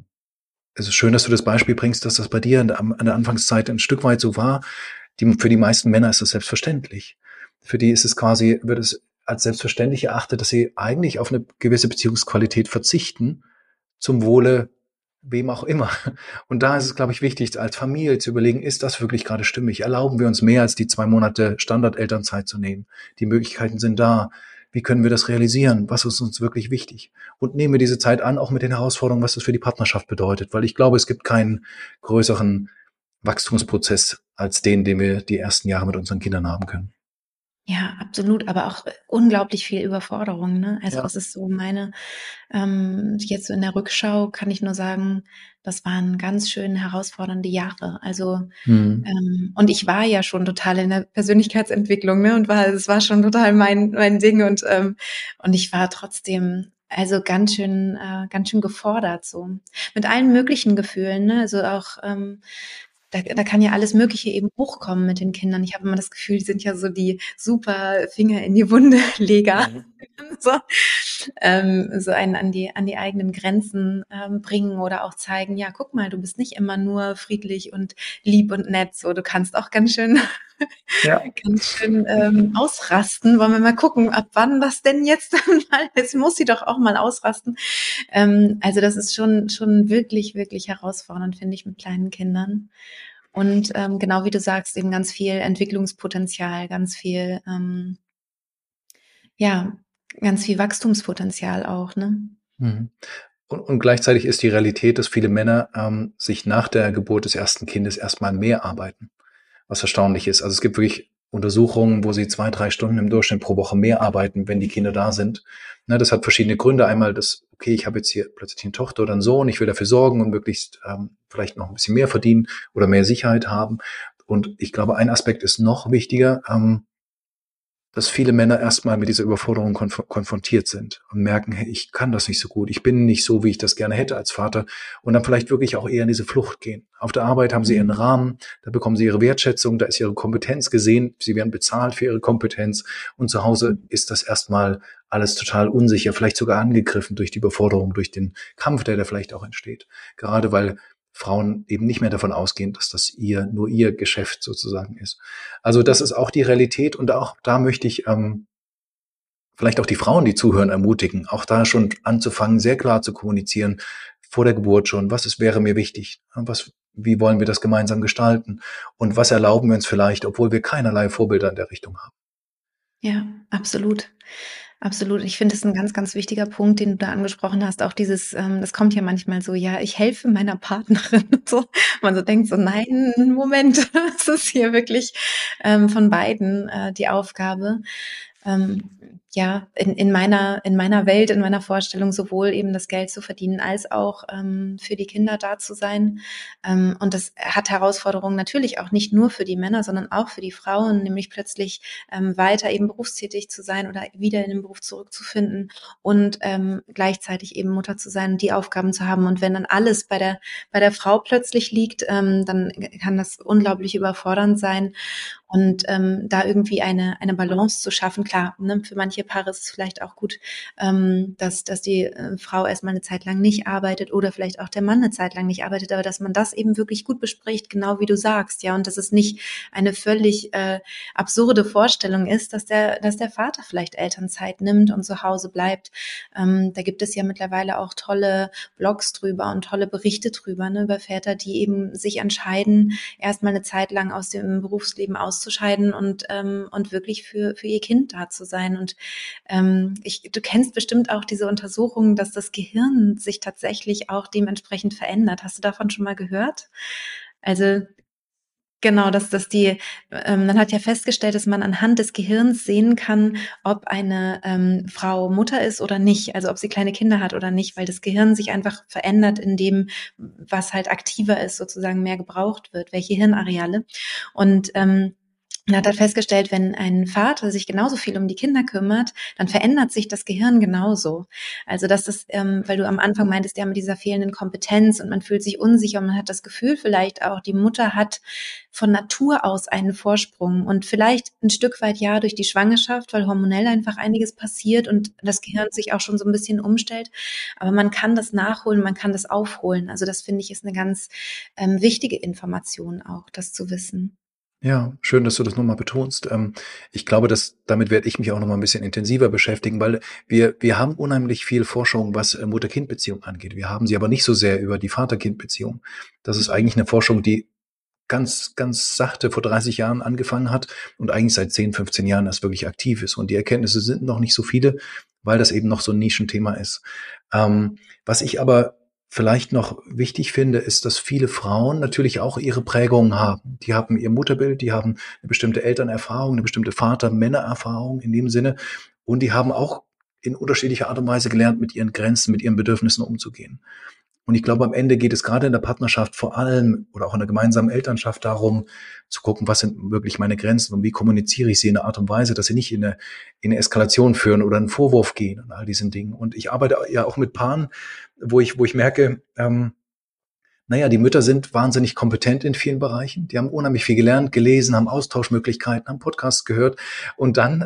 Speaker 2: es ist schön, dass du das Beispiel bringst, dass das bei dir an der Anfangszeit ein Stück weit so war. Für die meisten Männer ist das selbstverständlich. Für die ist es quasi, wird es als selbstverständlich erachtet, dass sie eigentlich auf eine gewisse Beziehungsqualität verzichten, zum Wohle wem auch immer. Und da ist es, glaube ich, wichtig, als Familie zu überlegen, ist das wirklich gerade stimmig? Erlauben wir uns mehr als die 2 Monate Standardelternzeit zu nehmen? Die Möglichkeiten sind da. Wie können wir das realisieren? Was ist uns wirklich wichtig? Und nehmen wir diese Zeit an, auch mit den Herausforderungen, was das für die Partnerschaft bedeutet. Weil ich glaube, es gibt keinen größeren Wachstumsprozess als den wir die ersten Jahre mit unseren Kindern haben können.
Speaker 1: Ja, absolut, aber auch unglaublich viel Überforderung, ne? Also
Speaker 2: Ja.
Speaker 1: das ist so meine, jetzt so in der Rückschau kann ich nur sagen, das waren ganz schön herausfordernde Jahre. Also und ich war ja schon total in der Persönlichkeitsentwicklung, ne? Und es war schon total mein Ding und ich war trotzdem also ganz schön gefordert so mit allen möglichen Gefühlen, ne? Also auch da kann ja alles Mögliche eben hochkommen mit den Kindern. Ich habe immer das Gefühl, die sind ja so die super Finger in die Wunde Leger. So, so einen an die eigenen Grenzen bringen oder auch zeigen, ja, guck mal, du bist nicht immer nur friedlich und lieb und nett, so, du kannst auch ganz schön ausrasten. Wollen wir mal gucken, ab wann das denn jetzt mal, jetzt muss sie doch auch mal ausrasten. Also das ist schon wirklich, wirklich herausfordernd, finde ich, mit kleinen Kindern. Und genau wie du sagst, eben ganz viel Entwicklungspotenzial, ganz viel, ganz viel Wachstumspotenzial auch, ne?
Speaker 2: Mhm. Und gleichzeitig ist die Realität, dass viele Männer sich nach der Geburt des ersten Kindes erstmal mehr arbeiten, was erstaunlich ist. Also es gibt wirklich Untersuchungen, wo sie 2-3 Stunden im Durchschnitt pro Woche mehr arbeiten, wenn die Kinder da sind. Ne, das hat verschiedene Gründe. Einmal das, okay, ich habe jetzt hier plötzlich eine Tochter oder einen Sohn, ich will dafür sorgen und möglichst vielleicht noch ein bisschen mehr verdienen oder mehr Sicherheit haben. Und ich glaube, ein Aspekt ist noch wichtiger, dass viele Männer erstmal mit dieser Überforderung konfrontiert sind und merken, hey, ich kann das nicht so gut, ich bin nicht so, wie ich das gerne hätte als Vater, und dann vielleicht wirklich auch eher in diese Flucht gehen. Auf der Arbeit haben sie ihren Rahmen, da bekommen sie ihre Wertschätzung, da ist ihre Kompetenz gesehen, sie werden bezahlt für ihre Kompetenz, und zu Hause ist das erstmal alles total unsicher, vielleicht sogar angegriffen durch die Überforderung, durch den Kampf, der da vielleicht auch entsteht. Gerade weil Frauen eben nicht mehr davon ausgehen, dass das nur ihr Geschäft sozusagen ist. Also das ist auch die Realität, und auch da möchte ich vielleicht auch die Frauen, die zuhören, ermutigen, auch da schon anzufangen, sehr klar zu kommunizieren, vor der Geburt schon, wäre mir wichtig, wie wollen wir das gemeinsam gestalten und was erlauben wir uns vielleicht, obwohl wir keinerlei Vorbilder in der Richtung haben.
Speaker 1: Ja, absolut. Absolut. Ich finde es ein ganz, ganz wichtiger Punkt, den du da angesprochen hast. Auch dieses, das kommt ja manchmal so, ja, ich helfe meiner Partnerin und so. Man so denkt so, nein, Moment, es ist hier wirklich von beiden die Aufgabe. Ja, in meiner Welt, in meiner Vorstellung, sowohl eben das Geld zu verdienen, als auch für die Kinder da zu sein. Und das hat Herausforderungen natürlich auch nicht nur für die Männer, sondern auch für die Frauen, nämlich plötzlich weiter eben berufstätig zu sein oder wieder in den Beruf zurückzufinden und gleichzeitig eben Mutter zu sein und die Aufgaben zu haben. Und wenn dann alles bei der Frau plötzlich liegt, dann kann das unglaublich überfordernd sein. Und da irgendwie eine Balance zu schaffen, klar, ne, für manche Paare ist es vielleicht auch gut, dass die Frau erstmal eine Zeit lang nicht arbeitet oder vielleicht auch der Mann eine Zeit lang nicht arbeitet, aber dass man das eben wirklich gut bespricht, genau wie du sagst, ja, und dass es nicht eine völlig absurde Vorstellung ist, dass der Vater vielleicht Elternzeit nimmt und zu Hause bleibt. Da gibt es ja mittlerweile auch tolle Blogs drüber und tolle Berichte drüber, ne, über Väter, die eben sich entscheiden, erstmal eine Zeit lang aus dem Berufsleben auszuscheiden und wirklich für ihr Kind da zu sein. Und du kennst bestimmt auch diese Untersuchungen, dass das Gehirn sich tatsächlich auch dementsprechend verändert. Hast du davon schon mal gehört? Also genau, man hat ja festgestellt, dass man anhand des Gehirns sehen kann, ob eine Frau Mutter ist oder nicht, also ob sie kleine Kinder hat oder nicht, weil das Gehirn sich einfach verändert in dem, was halt aktiver ist, sozusagen mehr gebraucht wird, welche Hirnareale. Und man hat halt festgestellt, wenn ein Vater sich genauso viel um die Kinder kümmert, dann verändert sich das Gehirn genauso. Also weil du am Anfang meintest, ja, mit dieser fehlenden Kompetenz und man fühlt sich unsicher und man hat das Gefühl vielleicht auch, die Mutter hat von Natur aus einen Vorsprung und vielleicht ein Stück weit ja durch die Schwangerschaft, weil hormonell einfach einiges passiert und das Gehirn sich auch schon so ein bisschen umstellt. Aber man kann das nachholen, man kann das aufholen. Also das finde ich ist eine ganz wichtige Information auch, das zu wissen.
Speaker 2: Ja, schön, dass du das nochmal betonst. Ich glaube, damit werde ich mich auch nochmal ein bisschen intensiver beschäftigen, weil wir haben unheimlich viel Forschung, was Mutter-Kind-Beziehung angeht. Wir haben sie aber nicht so sehr über die Vater-Kind-Beziehung. Das ist eigentlich eine Forschung, die ganz, ganz sachte vor 30 Jahren angefangen hat und eigentlich seit 10, 15 Jahren erst wirklich aktiv ist. Und die Erkenntnisse sind noch nicht so viele, weil das eben noch so ein Nischenthema ist. Was ich aber vielleicht noch wichtig finde, ist, dass viele Frauen natürlich auch ihre Prägungen haben. Die haben ihr Mutterbild, die haben eine bestimmte Elternerfahrung, eine bestimmte Vater-Männer-Erfahrung in dem Sinne. Und die haben auch in unterschiedlicher Art und Weise gelernt, mit ihren Grenzen, mit ihren Bedürfnissen umzugehen. Und ich glaube, am Ende geht es gerade in der Partnerschaft vor allem oder auch in der gemeinsamen Elternschaft darum, zu gucken, was sind wirklich meine Grenzen und wie kommuniziere ich sie in einer Art und Weise, dass sie nicht in eine Eskalation führen oder einen Vorwurf gehen und all diesen Dingen. Und ich arbeite ja auch mit Paaren, wo ich merke, naja, die Mütter sind wahnsinnig kompetent in vielen Bereichen. Die haben unheimlich viel gelernt, gelesen, haben Austauschmöglichkeiten, haben Podcasts gehört. Und dann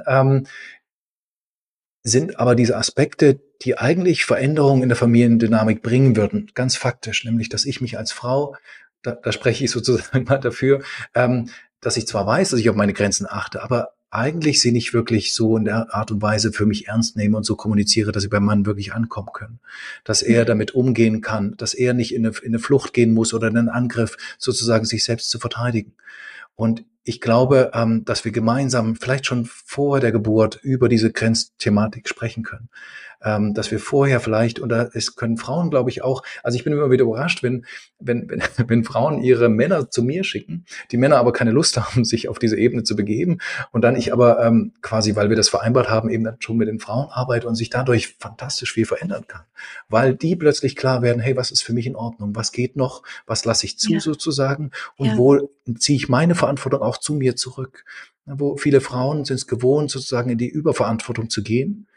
Speaker 2: sind aber diese Aspekte, die eigentlich Veränderungen in der Familiendynamik bringen würden, ganz faktisch, nämlich, dass ich mich als Frau, da spreche ich sozusagen mal dafür, dass ich zwar weiß, dass ich auf meine Grenzen achte, aber eigentlich sie nicht wirklich so in der Art und Weise für mich ernst nehme und so kommuniziere, dass sie beim Mann wirklich ankommen können. Dass er damit umgehen kann, dass er nicht in eine Flucht gehen muss oder in einen Angriff, sozusagen sich selbst zu verteidigen. Und ich glaube, dass wir gemeinsam vielleicht schon vor der Geburt über diese Grenzthematik sprechen können. Dass wir vorher vielleicht, und es können Frauen, glaube ich, auch, also ich bin immer wieder überrascht, wenn Frauen ihre Männer zu mir schicken, die Männer aber keine Lust haben, sich auf diese Ebene zu begeben, und dann ich aber quasi, weil wir das vereinbart haben, eben dann schon mit den Frauen arbeite und sich dadurch fantastisch viel verändern kann. Weil die plötzlich klar werden, hey, was ist für mich in Ordnung? Was geht noch? Was lasse ich zu, sozusagen? Und wo ziehe ich meine Verantwortung auch zu mir zurück? Wo viele Frauen sind es gewohnt, sozusagen in die Überverantwortung zu gehen,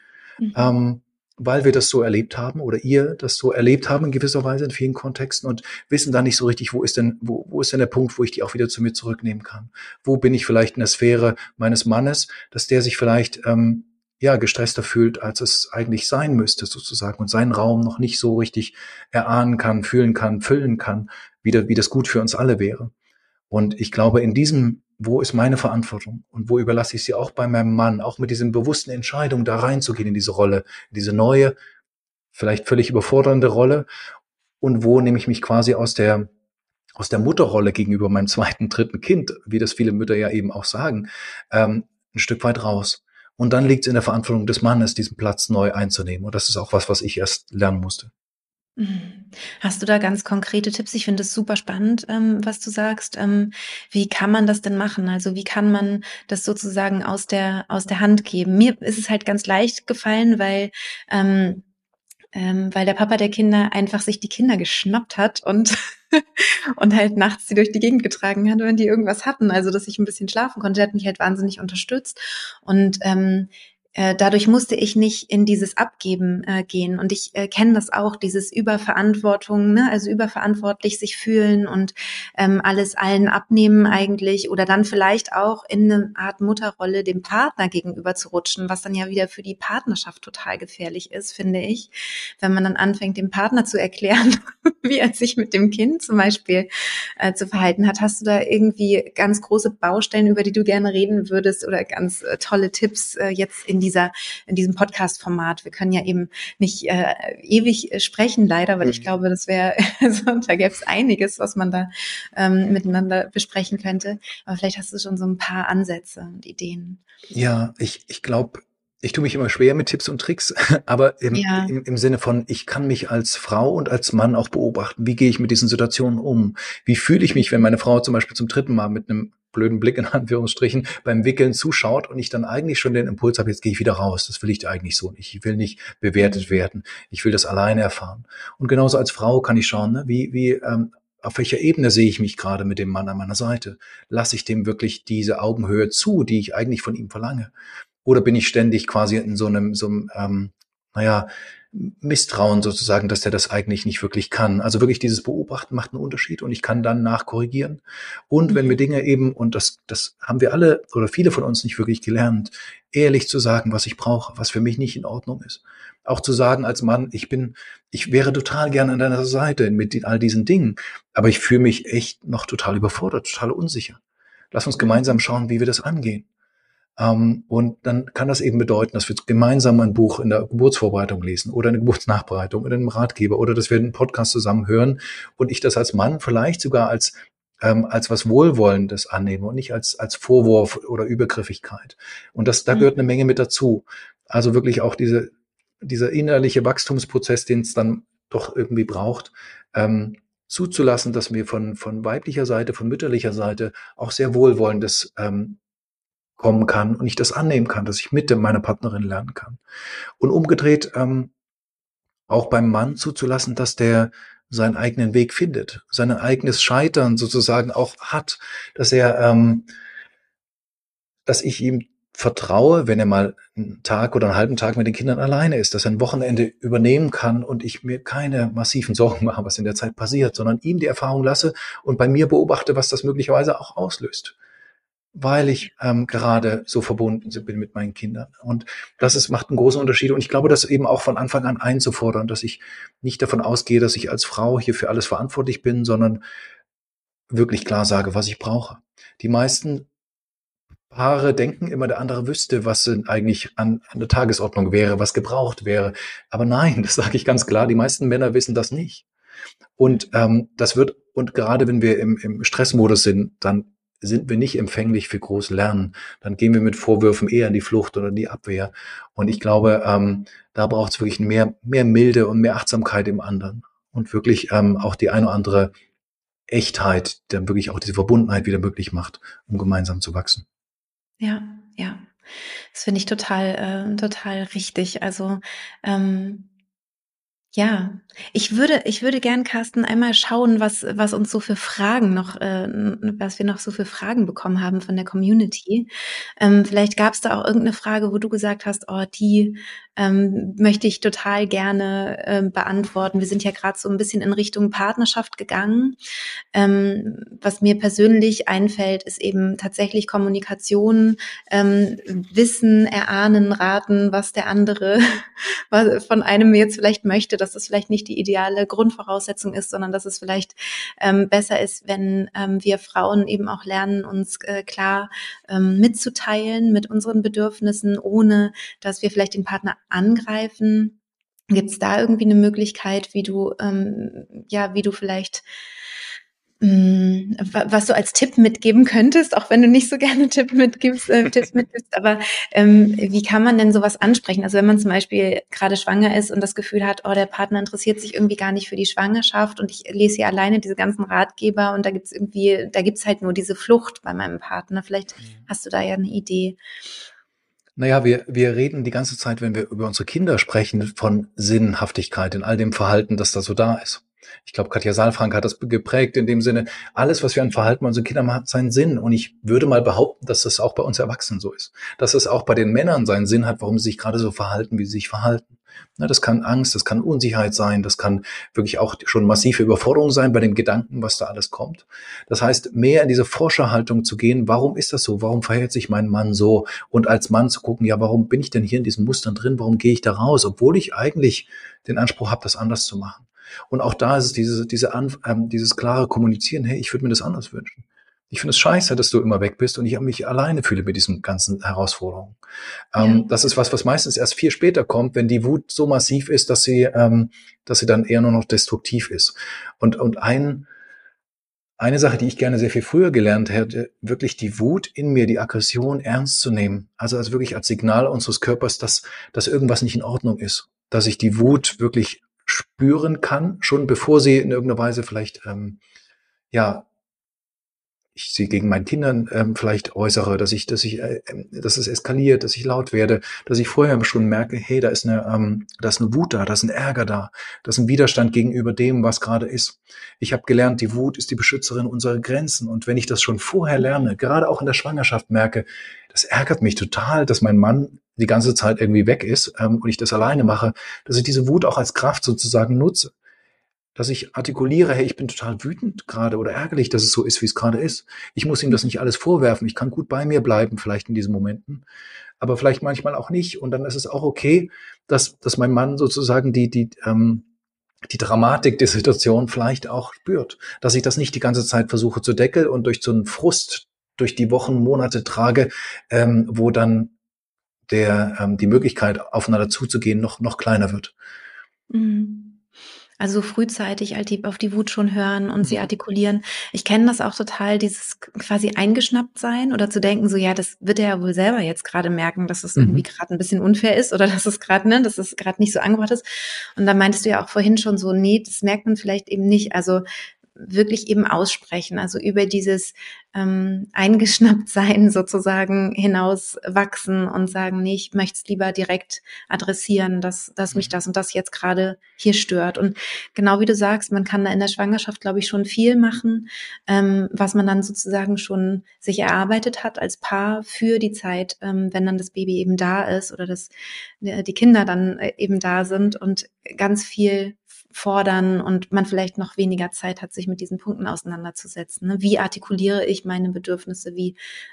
Speaker 2: weil wir das so erlebt haben oder ihr das so erlebt haben in gewisser Weise in vielen Kontexten und wissen da nicht so richtig, wo ist denn der Punkt, wo ich die auch wieder zu mir zurücknehmen kann? Wo bin ich vielleicht in der Sphäre meines Mannes, dass der sich vielleicht gestresster fühlt, als es eigentlich sein müsste, sozusagen, und seinen Raum noch nicht so richtig erahnen kann, fühlen kann, füllen kann, wie das gut für uns alle wäre. Und ich glaube, in diesem, wo ist meine Verantwortung und wo überlasse ich sie auch bei meinem Mann, auch mit diesen bewussten Entscheidungen da reinzugehen in diese Rolle, in diese neue, vielleicht völlig überfordernde Rolle, und wo nehme ich mich quasi aus der Mutterrolle gegenüber meinem zweiten, dritten Kind, wie das viele Mütter ja eben auch sagen, ein Stück weit raus. Und dann liegt es in der Verantwortung des Mannes, diesen Platz neu einzunehmen. Und das ist auch was ich erst lernen musste.
Speaker 1: Hast du da ganz konkrete Tipps? Ich finde es super spannend, was du sagst. Wie kann man das denn machen? Also wie kann man das sozusagen aus der Hand geben? Mir ist es halt ganz leicht gefallen, weil der Papa der Kinder einfach sich die Kinder geschnappt hat und und halt nachts sie durch die Gegend getragen hat, wenn die irgendwas hatten. Also dass ich ein bisschen schlafen konnte. Der hat mich halt wahnsinnig unterstützt und dadurch musste ich nicht in dieses Abgeben gehen. Und ich kenne das auch, dieses Überverantwortung, ne? Also überverantwortlich sich fühlen und alles allen abnehmen eigentlich. Oder dann vielleicht auch in eine Art Mutterrolle dem Partner gegenüber zu rutschen, was dann ja wieder für die Partnerschaft total gefährlich ist, finde ich. Wenn man dann anfängt, dem Partner zu erklären, wie er sich mit dem Kind zum Beispiel zu verhalten hat. Hast du da irgendwie ganz große Baustellen, über die du gerne reden würdest, oder ganz tolle Tipps jetzt in diesem Podcast-Format? Wir können ja eben nicht ewig sprechen, leider, weil ich glaube, das wäre, also, da gäbe es einiges, was man da miteinander besprechen könnte. Aber vielleicht hast du schon so ein paar Ansätze und Ideen.
Speaker 2: Ja, ich glaube, ich tue mich immer schwer mit Tipps und Tricks, aber im Sinne von, ich kann mich als Frau und als Mann auch beobachten. Wie gehe ich mit diesen Situationen um? Wie fühle ich mich, wenn meine Frau zum Beispiel zum dritten Mal mit einem blöden Blick in Anführungsstrichen beim Wickeln zuschaut und ich dann eigentlich schon den Impuls habe, jetzt gehe ich wieder raus. Das will ich eigentlich so nicht. Ich will nicht bewertet werden. Ich will das alleine erfahren. Und genauso als Frau kann ich schauen, ne, auf welcher Ebene sehe ich mich gerade mit dem Mann an meiner Seite? Lasse ich dem wirklich diese Augenhöhe zu, die ich eigentlich von ihm verlange? Oder bin ich ständig quasi in so einem Misstrauen sozusagen, dass der das eigentlich nicht wirklich kann? Also wirklich dieses Beobachten macht einen Unterschied und ich kann dann nachkorrigieren. Und wenn mir Dinge eben, und das haben wir alle oder viele von uns nicht wirklich gelernt, ehrlich zu sagen, was ich brauche, was für mich nicht in Ordnung ist. Auch zu sagen als Mann, ich wäre total gerne an deiner Seite mit all diesen Dingen, aber ich fühle mich echt noch total überfordert, total unsicher. Lass uns gemeinsam schauen, wie wir das angehen. Und dann kann das eben bedeuten, dass wir gemeinsam ein Buch in der Geburtsvorbereitung lesen oder eine Geburtsnachbereitung oder einen Ratgeber oder dass wir einen Podcast zusammen hören und ich das als Mann vielleicht sogar als was Wohlwollendes annehme und nicht als Vorwurf oder Übergriffigkeit. Und da gehört eine Menge mit dazu. Also wirklich auch dieser innerliche Wachstumsprozess, den es dann doch irgendwie braucht, zuzulassen, dass wir von weiblicher Seite, von mütterlicher Seite auch sehr Wohlwollendes kommen kann und ich das annehmen kann, dass ich mit meiner Partnerin lernen kann. Und umgedreht auch beim Mann zuzulassen, dass der seinen eigenen Weg findet, sein eigenes Scheitern sozusagen auch hat, dass ich ihm vertraue, wenn er mal einen Tag oder einen halben Tag mit den Kindern alleine ist, dass er ein Wochenende übernehmen kann und ich mir keine massiven Sorgen mache, was in der Zeit passiert, sondern ihm die Erfahrung lasse und bei mir beobachte, was das möglicherweise auch auslöst, weil ich gerade so verbunden bin mit meinen Kindern. Und macht einen großen Unterschied. Und ich glaube, das eben auch von Anfang an einzufordern, dass ich nicht davon ausgehe, dass ich als Frau hier für alles verantwortlich bin, sondern wirklich klar sage, was ich brauche. Die meisten Paare denken immer, der andere wüsste, was denn eigentlich an der Tagesordnung wäre, was gebraucht wäre. Aber nein, das sage ich ganz klar, die meisten Männer wissen das nicht. Und und gerade wenn wir im Stressmodus sind, dann sind wir nicht empfänglich für groß Lernen. Dann gehen wir mit Vorwürfen eher in die Flucht oder in die Abwehr. Und ich glaube, da braucht es wirklich mehr Milde und mehr Achtsamkeit im anderen. Und wirklich auch die eine oder andere Echtheit, die dann wirklich auch diese Verbundenheit wieder möglich macht, um gemeinsam zu wachsen.
Speaker 1: Ja, ja. Das finde ich total richtig. Also, ja, ich würde gern, Carsten, einmal schauen, was uns so für Fragen noch, was wir noch so für Fragen bekommen haben von der Community. Vielleicht gab es da auch irgendeine Frage, wo du gesagt hast, oh, die möchte ich total gerne beantworten. Wir sind ja gerade so ein bisschen in Richtung Partnerschaft gegangen. Was mir persönlich einfällt, ist eben tatsächlich Kommunikation, Wissen, erahnen, raten, was der andere von einem jetzt vielleicht möchte, dass das vielleicht nicht die ideale Grundvoraussetzung ist, sondern dass es vielleicht besser ist, wenn wir Frauen eben auch lernen, uns klar mitzuteilen mit unseren Bedürfnissen, ohne dass wir vielleicht den Partner angreifen. Gibt es da irgendwie eine Möglichkeit, wie du vielleicht was du als Tipp mitgeben könntest, auch wenn du nicht so gerne Tipps mitgibst, aber wie kann man denn sowas ansprechen? Also wenn man zum Beispiel gerade schwanger ist und das Gefühl hat, oh, der Partner interessiert sich irgendwie gar nicht für die Schwangerschaft und ich lese hier alleine diese ganzen Ratgeber und da gibt's halt nur diese Flucht bei meinem Partner. Vielleicht hast du da ja eine Idee.
Speaker 2: Naja, wir reden die ganze Zeit, wenn wir über unsere Kinder sprechen, von Sinnhaftigkeit in all dem Verhalten, das da so da ist. Ich glaube, Katja Saalfrank hat das geprägt in dem Sinne, alles, was wir an Verhalten bei unseren Kindern haben, hat seinen Sinn. Und ich würde mal behaupten, dass das auch bei uns Erwachsenen so ist. Dass es auch bei den Männern seinen Sinn hat, warum sie sich gerade so verhalten, wie sie sich verhalten. Na, das kann Angst, das kann Unsicherheit sein, das kann wirklich auch schon massive Überforderung sein bei dem Gedanken, was da alles kommt. Das heißt, mehr in diese Forscherhaltung zu gehen, warum ist das so? Warum verhält sich mein Mann so? Und als Mann zu gucken, ja, warum bin ich denn hier in diesen Mustern drin? Warum gehe ich da raus? Obwohl ich eigentlich den Anspruch habe, das anders zu machen. Und auch da ist es dieses klare Kommunizieren, hey, ich würde mir das anders wünschen. Ich finde es scheiße, dass du immer weg bist und ich mich alleine fühle mit diesen ganzen Herausforderungen. Das ist was meistens erst viel später kommt, wenn die Wut so massiv ist, dass sie dann eher nur noch destruktiv ist. Und eine Sache, die ich gerne sehr viel früher gelernt hätte, wirklich die Wut in mir, die Aggression ernst zu nehmen. Also wirklich als Signal unseres Körpers, dass irgendwas nicht in Ordnung ist. Dass ich die Wut wirklich spüren kann, schon bevor sie in irgendeiner Weise vielleicht, ich sie gegen meinen Kindern vielleicht äußere, dass es eskaliert, dass ich laut werde, dass ich vorher schon merke, hey, da ist eine Wut da, da ist ein Ärger da, da ist ein Widerstand gegenüber dem, was gerade ist. Ich habe gelernt, die Wut ist die Beschützerin unserer Grenzen. Und wenn ich das schon vorher lerne, gerade auch in der Schwangerschaft merke, das ärgert mich total, dass mein Mann die ganze Zeit irgendwie weg ist und ich das alleine mache, dass ich diese Wut auch als Kraft sozusagen nutze. Dass ich artikuliere, hey, ich bin total wütend gerade oder ärgerlich, dass es so ist, wie es gerade ist. Ich muss ihm das nicht alles vorwerfen. Ich kann gut bei mir bleiben, vielleicht in diesen Momenten, aber vielleicht manchmal auch nicht. Und dann ist es auch okay, dass mein Mann sozusagen die Dramatik der Situation vielleicht auch spürt. Dass ich das nicht die ganze Zeit versuche zu deckeln und durch so einen Frust durch die Wochen, Monate trage, wo dann die Möglichkeit, aufeinander zuzugehen, noch kleiner wird.
Speaker 1: Also frühzeitig auf die Wut schon hören und sie artikulieren. Ich kenne das auch total, dieses quasi eingeschnappt sein oder zu denken, so ja, das wird er ja wohl selber jetzt gerade merken, dass es irgendwie gerade ein bisschen unfair ist oder dass es gerade nicht so angebracht ist. Und da meintest du ja auch vorhin schon so, nee, das merkt man vielleicht eben nicht. Also wirklich eben aussprechen, also über dieses eingeschnappt sein sozusagen hinaus wachsen und sagen, nee, ich möchte es lieber direkt adressieren, dass mich das und das jetzt gerade hier stört. Und genau wie du sagst, man kann da in der Schwangerschaft, glaube ich, schon viel machen, was man dann sozusagen schon sich erarbeitet hat als Paar für die Zeit, wenn dann das Baby eben da ist oder die Kinder dann eben da sind und ganz viel fordern und man vielleicht noch weniger Zeit hat, sich mit diesen Punkten auseinanderzusetzen. Ne? Wie artikuliere ich meine Bedürfnisse? Wie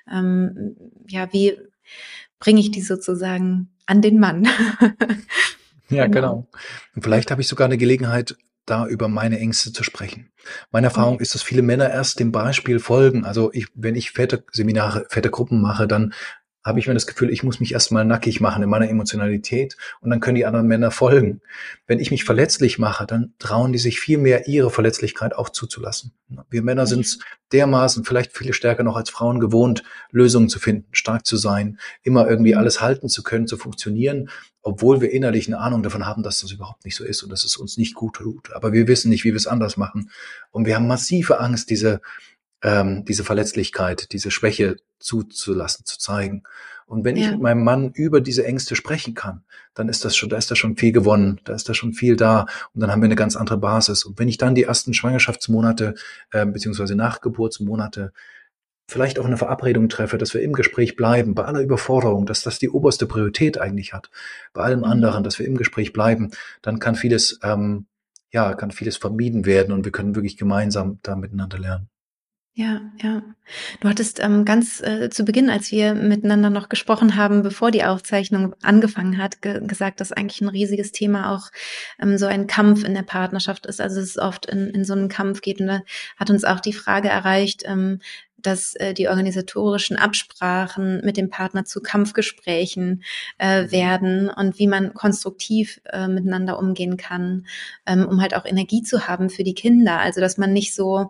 Speaker 1: bringe ich die sozusagen an den Mann?
Speaker 2: Ja, genau. Und vielleicht habe ich sogar eine Gelegenheit, da über meine Ängste zu sprechen. Meine Erfahrung ist, dass viele Männer erst dem Beispiel folgen. Also wenn ich Väterseminare, Vätergruppen mache, dann habe ich mir das Gefühl, ich muss mich erstmal nackig machen in meiner Emotionalität und dann können die anderen Männer folgen. Wenn ich mich verletzlich mache, dann trauen die sich viel mehr, ihre Verletzlichkeit auch zuzulassen. Wir Männer sind es dermaßen, vielleicht viel stärker noch als Frauen gewohnt, Lösungen zu finden, stark zu sein, immer irgendwie alles halten zu können, zu funktionieren, obwohl wir innerlich eine Ahnung davon haben, dass das überhaupt nicht so ist und dass es uns nicht gut tut. Aber wir wissen nicht, wie wir es anders machen. Und wir haben massive Angst, diese Verletzlichkeit, diese Schwäche zuzulassen, zu zeigen. Und wenn ich mit meinem Mann über diese Ängste sprechen kann, dann ist das schon, da ist da schon viel gewonnen, da ist da schon viel da und dann haben wir eine ganz andere Basis. Und wenn ich dann die ersten Schwangerschaftsmonate beziehungsweise Nachgeburtsmonate vielleicht auch eine Verabredung treffe, dass wir im Gespräch bleiben, bei aller Überforderung, dass das die oberste Priorität eigentlich hat, bei allem anderen, dass wir im Gespräch bleiben, dann kann vieles vermieden werden und wir können wirklich gemeinsam da miteinander lernen.
Speaker 1: Ja, ja. Du hattest ganz zu Beginn, als wir miteinander noch gesprochen haben, bevor die Aufzeichnung angefangen hat, gesagt, dass eigentlich ein riesiges Thema auch so ein Kampf in der Partnerschaft ist. Also es oft in so einen Kampf geht. Und da hat uns auch die Frage erreicht, dass die organisatorischen Absprachen mit dem Partner zu Kampfgesprächen werden und wie man konstruktiv miteinander umgehen kann, um halt auch Energie zu haben für die Kinder. Also dass man nicht so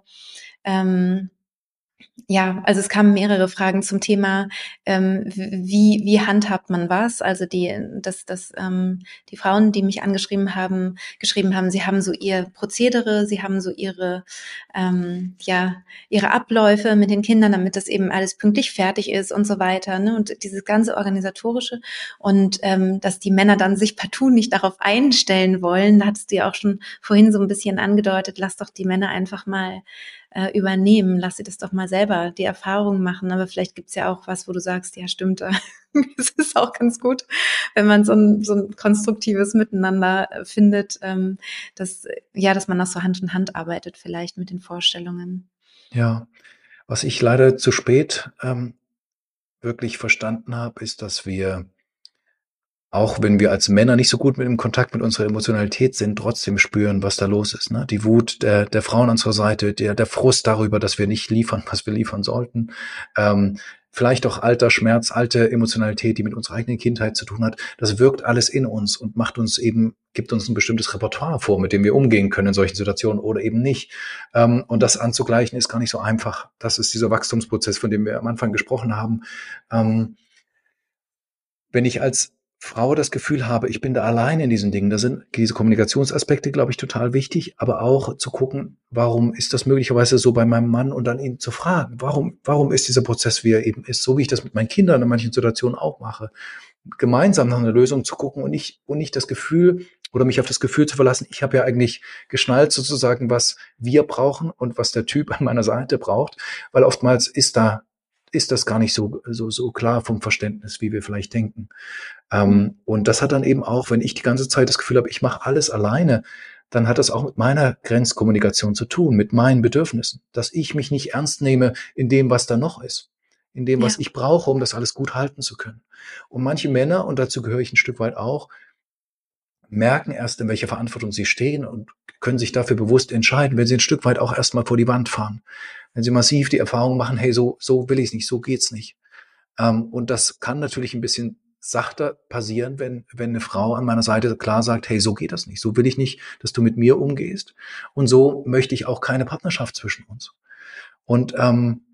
Speaker 1: also es kamen mehrere Fragen zum Thema, wie handhabt man was? Also die Frauen, die mich angeschrieben haben, sie haben so ihr Prozedere, sie haben so ihre Abläufe mit den Kindern, damit das eben alles pünktlich fertig ist und so weiter, ne? Und dieses ganze Organisatorische und dass die Männer dann sich partout nicht darauf einstellen wollen, da hattest du ja auch schon vorhin so ein bisschen angedeutet, lass doch die Männer einfach mal übernehmen. Lass sie das doch mal selber die Erfahrung machen. Aber vielleicht gibt's ja auch was, wo du sagst, ja stimmt, es ist auch ganz gut, wenn man so ein konstruktives Miteinander findet, dass man das so Hand in Hand arbeitet vielleicht mit den Vorstellungen.
Speaker 2: Ja, was ich leider zu spät wirklich verstanden habe, ist, dass wir, auch wenn wir als Männer nicht so gut mit dem Kontakt mit unserer Emotionalität sind, trotzdem spüren, was da los ist. Ne? Die Wut der Frauen an unserer Seite, der Frust darüber, dass wir nicht liefern, was wir liefern sollten. Vielleicht auch alter Schmerz, alte Emotionalität, die mit unserer eigenen Kindheit zu tun hat. Das wirkt alles in uns und gibt uns ein bestimmtes Repertoire vor, mit dem wir umgehen können in solchen Situationen oder eben nicht. Und das anzugleichen ist gar nicht so einfach. Das ist dieser Wachstumsprozess, von dem wir am Anfang gesprochen haben. Wenn ich als Frau das Gefühl habe, ich bin da allein in diesen Dingen, da sind diese Kommunikationsaspekte, glaube ich, total wichtig, aber auch zu gucken, warum ist das möglicherweise so bei meinem Mann und dann ihn zu fragen, warum ist dieser Prozess, wie er eben ist, so wie ich das mit meinen Kindern in manchen Situationen auch mache, gemeinsam nach einer Lösung zu gucken und nicht das Gefühl oder mich auf das Gefühl zu verlassen, ich habe ja eigentlich geschnallt sozusagen, was wir brauchen und was der Typ an meiner Seite braucht, weil oftmals ist das gar nicht so klar vom Verständnis, wie wir vielleicht denken. Und das hat dann eben auch, wenn ich die ganze Zeit das Gefühl habe, ich mache alles alleine, dann hat das auch mit meiner Grenzkommunikation zu tun, mit meinen Bedürfnissen, dass ich mich nicht ernst nehme in dem, was da noch ist, in dem, was ich brauche, um das alles gut halten zu können. Und manche Männer, und dazu gehöre ich ein Stück weit auch, merken erst, in welcher Verantwortung sie stehen und können sich dafür bewusst entscheiden, wenn sie ein Stück weit auch erstmal vor die Wand fahren. Wenn sie massiv die Erfahrung machen, hey, so will ich es nicht, so geht's nicht. Und das kann natürlich ein bisschen sachter passieren, wenn eine Frau an meiner Seite klar sagt, hey, so geht das nicht, so will ich nicht, dass du mit mir umgehst und so möchte ich auch keine Partnerschaft zwischen uns. Und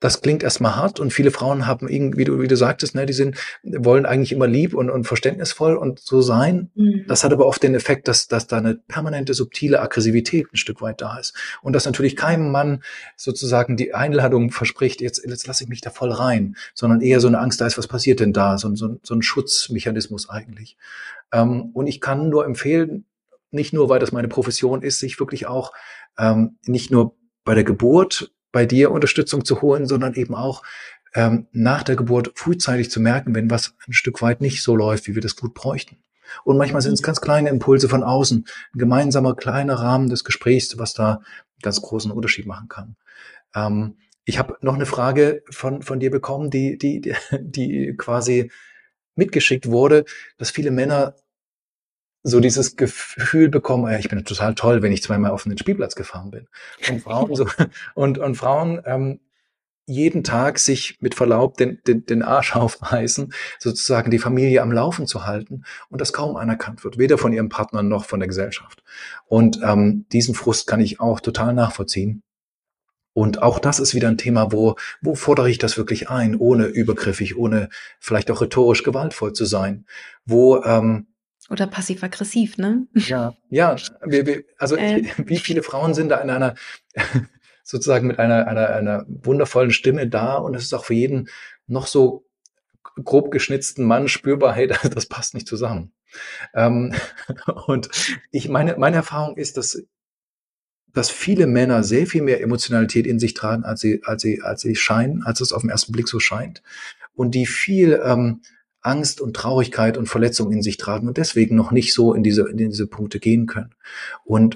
Speaker 2: das klingt erstmal hart und viele Frauen haben irgendwie, wie du sagtest, ne, wollen eigentlich immer lieb und verständnisvoll und so sein. Das hat aber oft den Effekt, dass da eine permanente subtile Aggressivität ein Stück weit da ist. Und dass natürlich keinem Mann sozusagen die Einladung verspricht, jetzt lasse ich mich da voll rein, sondern eher so eine Angst da ist, was passiert denn da? So ein Schutzmechanismus eigentlich. Und ich kann nur empfehlen, nicht nur, weil das meine Profession ist, sich wirklich auch nicht nur bei der Geburt bei dir Unterstützung zu holen, sondern eben auch nach der Geburt frühzeitig zu merken, wenn was ein Stück weit nicht so läuft, wie wir das gut bräuchten. Und manchmal sind es ganz kleine Impulse von außen, ein gemeinsamer kleiner Rahmen des Gesprächs, was da einen ganz großen Unterschied machen kann. Ich habe noch eine Frage von dir bekommen, die quasi mitgeschickt wurde, dass viele Männer so dieses Gefühl bekommen, ja, ich bin total toll, wenn ich zweimal auf den Spielplatz gefahren bin. Und Frauen so, und Frauen jeden Tag sich mit Verlaub den Arsch aufreißen, sozusagen die Familie am Laufen zu halten und das kaum anerkannt wird, weder von ihrem Partner noch von der Gesellschaft. Und diesen Frust kann ich auch total nachvollziehen. Und auch das ist wieder ein Thema, wo fordere ich das wirklich ein, ohne übergriffig, ohne vielleicht auch rhetorisch gewaltvoll zu sein, wo
Speaker 1: oder passiv-aggressiv, ne?
Speaker 2: ja, wie viele Frauen sind da in einer sozusagen mit einer wundervollen Stimme da und es ist auch für jeden noch so grob geschnitzten Mann spürbar, hey, das passt nicht zusammen. Und meine Erfahrung ist, dass viele Männer sehr viel mehr Emotionalität in sich tragen, als sie scheinen, als es auf den ersten Blick so scheint. Und die viel Angst und Traurigkeit und Verletzung in sich tragen und deswegen noch nicht so in diese Punkte gehen können. Und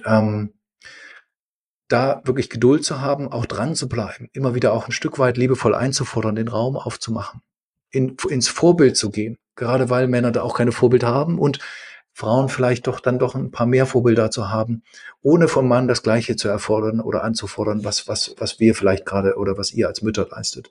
Speaker 2: da wirklich Geduld zu haben, auch dran zu bleiben, immer wieder auch ein Stück weit liebevoll einzufordern, den Raum aufzumachen, ins Vorbild zu gehen, gerade weil Männer da auch keine Vorbilder haben und Frauen vielleicht doch ein paar mehr Vorbilder zu haben, ohne vom Mann das Gleiche zu erfordern oder anzufordern, was wir vielleicht gerade oder was ihr als Mütter leistet.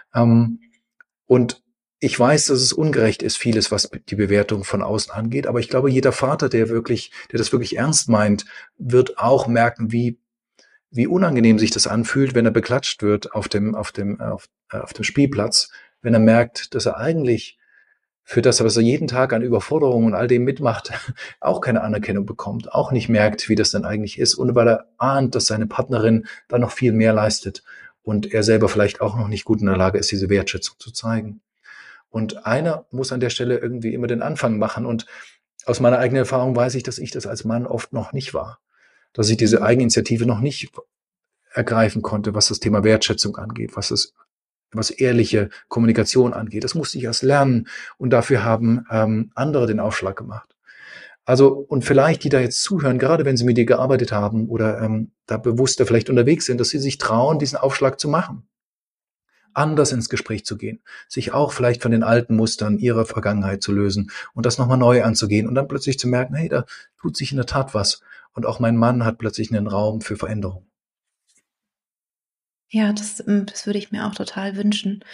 Speaker 2: Und ich weiß, dass es ungerecht ist, vieles, was die Bewertung von außen angeht. Aber ich glaube, jeder Vater, der das wirklich ernst meint, wird auch merken, wie unangenehm sich das anfühlt, wenn er beklatscht wird auf dem Spielplatz, wenn er merkt, dass er eigentlich für das, was er jeden Tag an Überforderungen und all dem mitmacht, auch keine Anerkennung bekommt, auch nicht merkt, wie das denn eigentlich ist und weil er ahnt, dass seine Partnerin da noch viel mehr leistet und er selber vielleicht auch noch nicht gut in der Lage ist, diese Wertschätzung zu zeigen. Und einer muss an der Stelle irgendwie immer den Anfang machen und aus meiner eigenen Erfahrung weiß ich, dass ich das als Mann oft noch nicht war, dass ich diese Eigeninitiative noch nicht ergreifen konnte, was das Thema Wertschätzung angeht, was ehrliche Kommunikation angeht. Das musste ich erst lernen und dafür haben andere den Aufschlag gemacht. Also, und vielleicht die da jetzt zuhören, gerade wenn sie mit dir gearbeitet haben oder da bewusster vielleicht unterwegs sind, dass sie sich trauen, diesen Aufschlag zu machen. Anders ins Gespräch zu gehen, sich auch vielleicht von den alten Mustern ihrer Vergangenheit zu lösen und das nochmal neu anzugehen und dann plötzlich zu merken, hey, da tut sich in der Tat was. Und auch mein Mann hat plötzlich einen Raum für Veränderung.
Speaker 1: Ja, das würde ich mir auch total wünschen.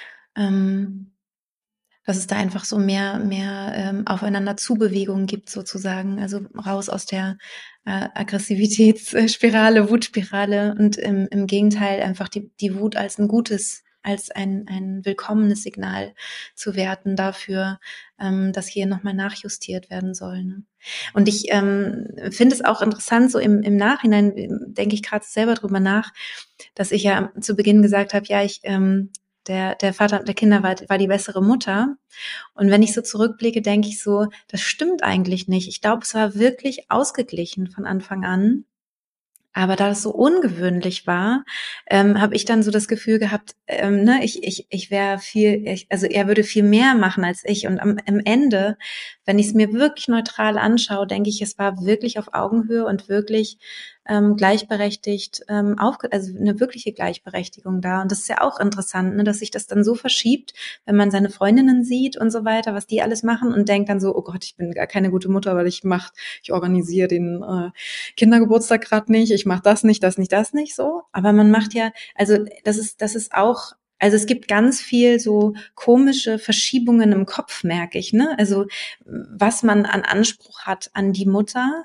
Speaker 1: Dass es da einfach so mehr aufeinander Zubewegungen gibt sozusagen, also raus aus der Aggressivitätsspirale, Wutspirale und im Gegenteil einfach die Wut als ein willkommenes Signal zu werten dafür, dass hier nochmal nachjustiert werden soll. Ne? Und ich finde es auch interessant, so im Nachhinein denke ich gerade selber drüber nach, dass ich ja zu Beginn gesagt habe, ja, der Vater der Kinder war die bessere Mutter. Und wenn ich so zurückblicke, denke ich so, das stimmt eigentlich nicht. Ich glaube, es war wirklich ausgeglichen von Anfang an. Aber da es so ungewöhnlich war, habe ich dann so das Gefühl gehabt, ich wäre also er würde viel mehr machen als ich. Und am Ende, wenn ich es mir wirklich neutral anschaue, denke ich, es war wirklich auf Augenhöhe und wirklich gleichberechtigt, also eine wirkliche Gleichberechtigung da. Und das ist ja auch interessant, ne, dass sich das dann so verschiebt, wenn man seine Freundinnen sieht und so weiter, was die alles machen und denkt dann so, oh Gott, ich bin gar keine gute Mutter, weil ich organisiere den Kindergeburtstag gerade nicht, ich mache das nicht so. Aber man macht ja, also das ist auch, also es gibt ganz viel so komische Verschiebungen im Kopf, merke ich, ne? Also was man an Anspruch hat an die Mutter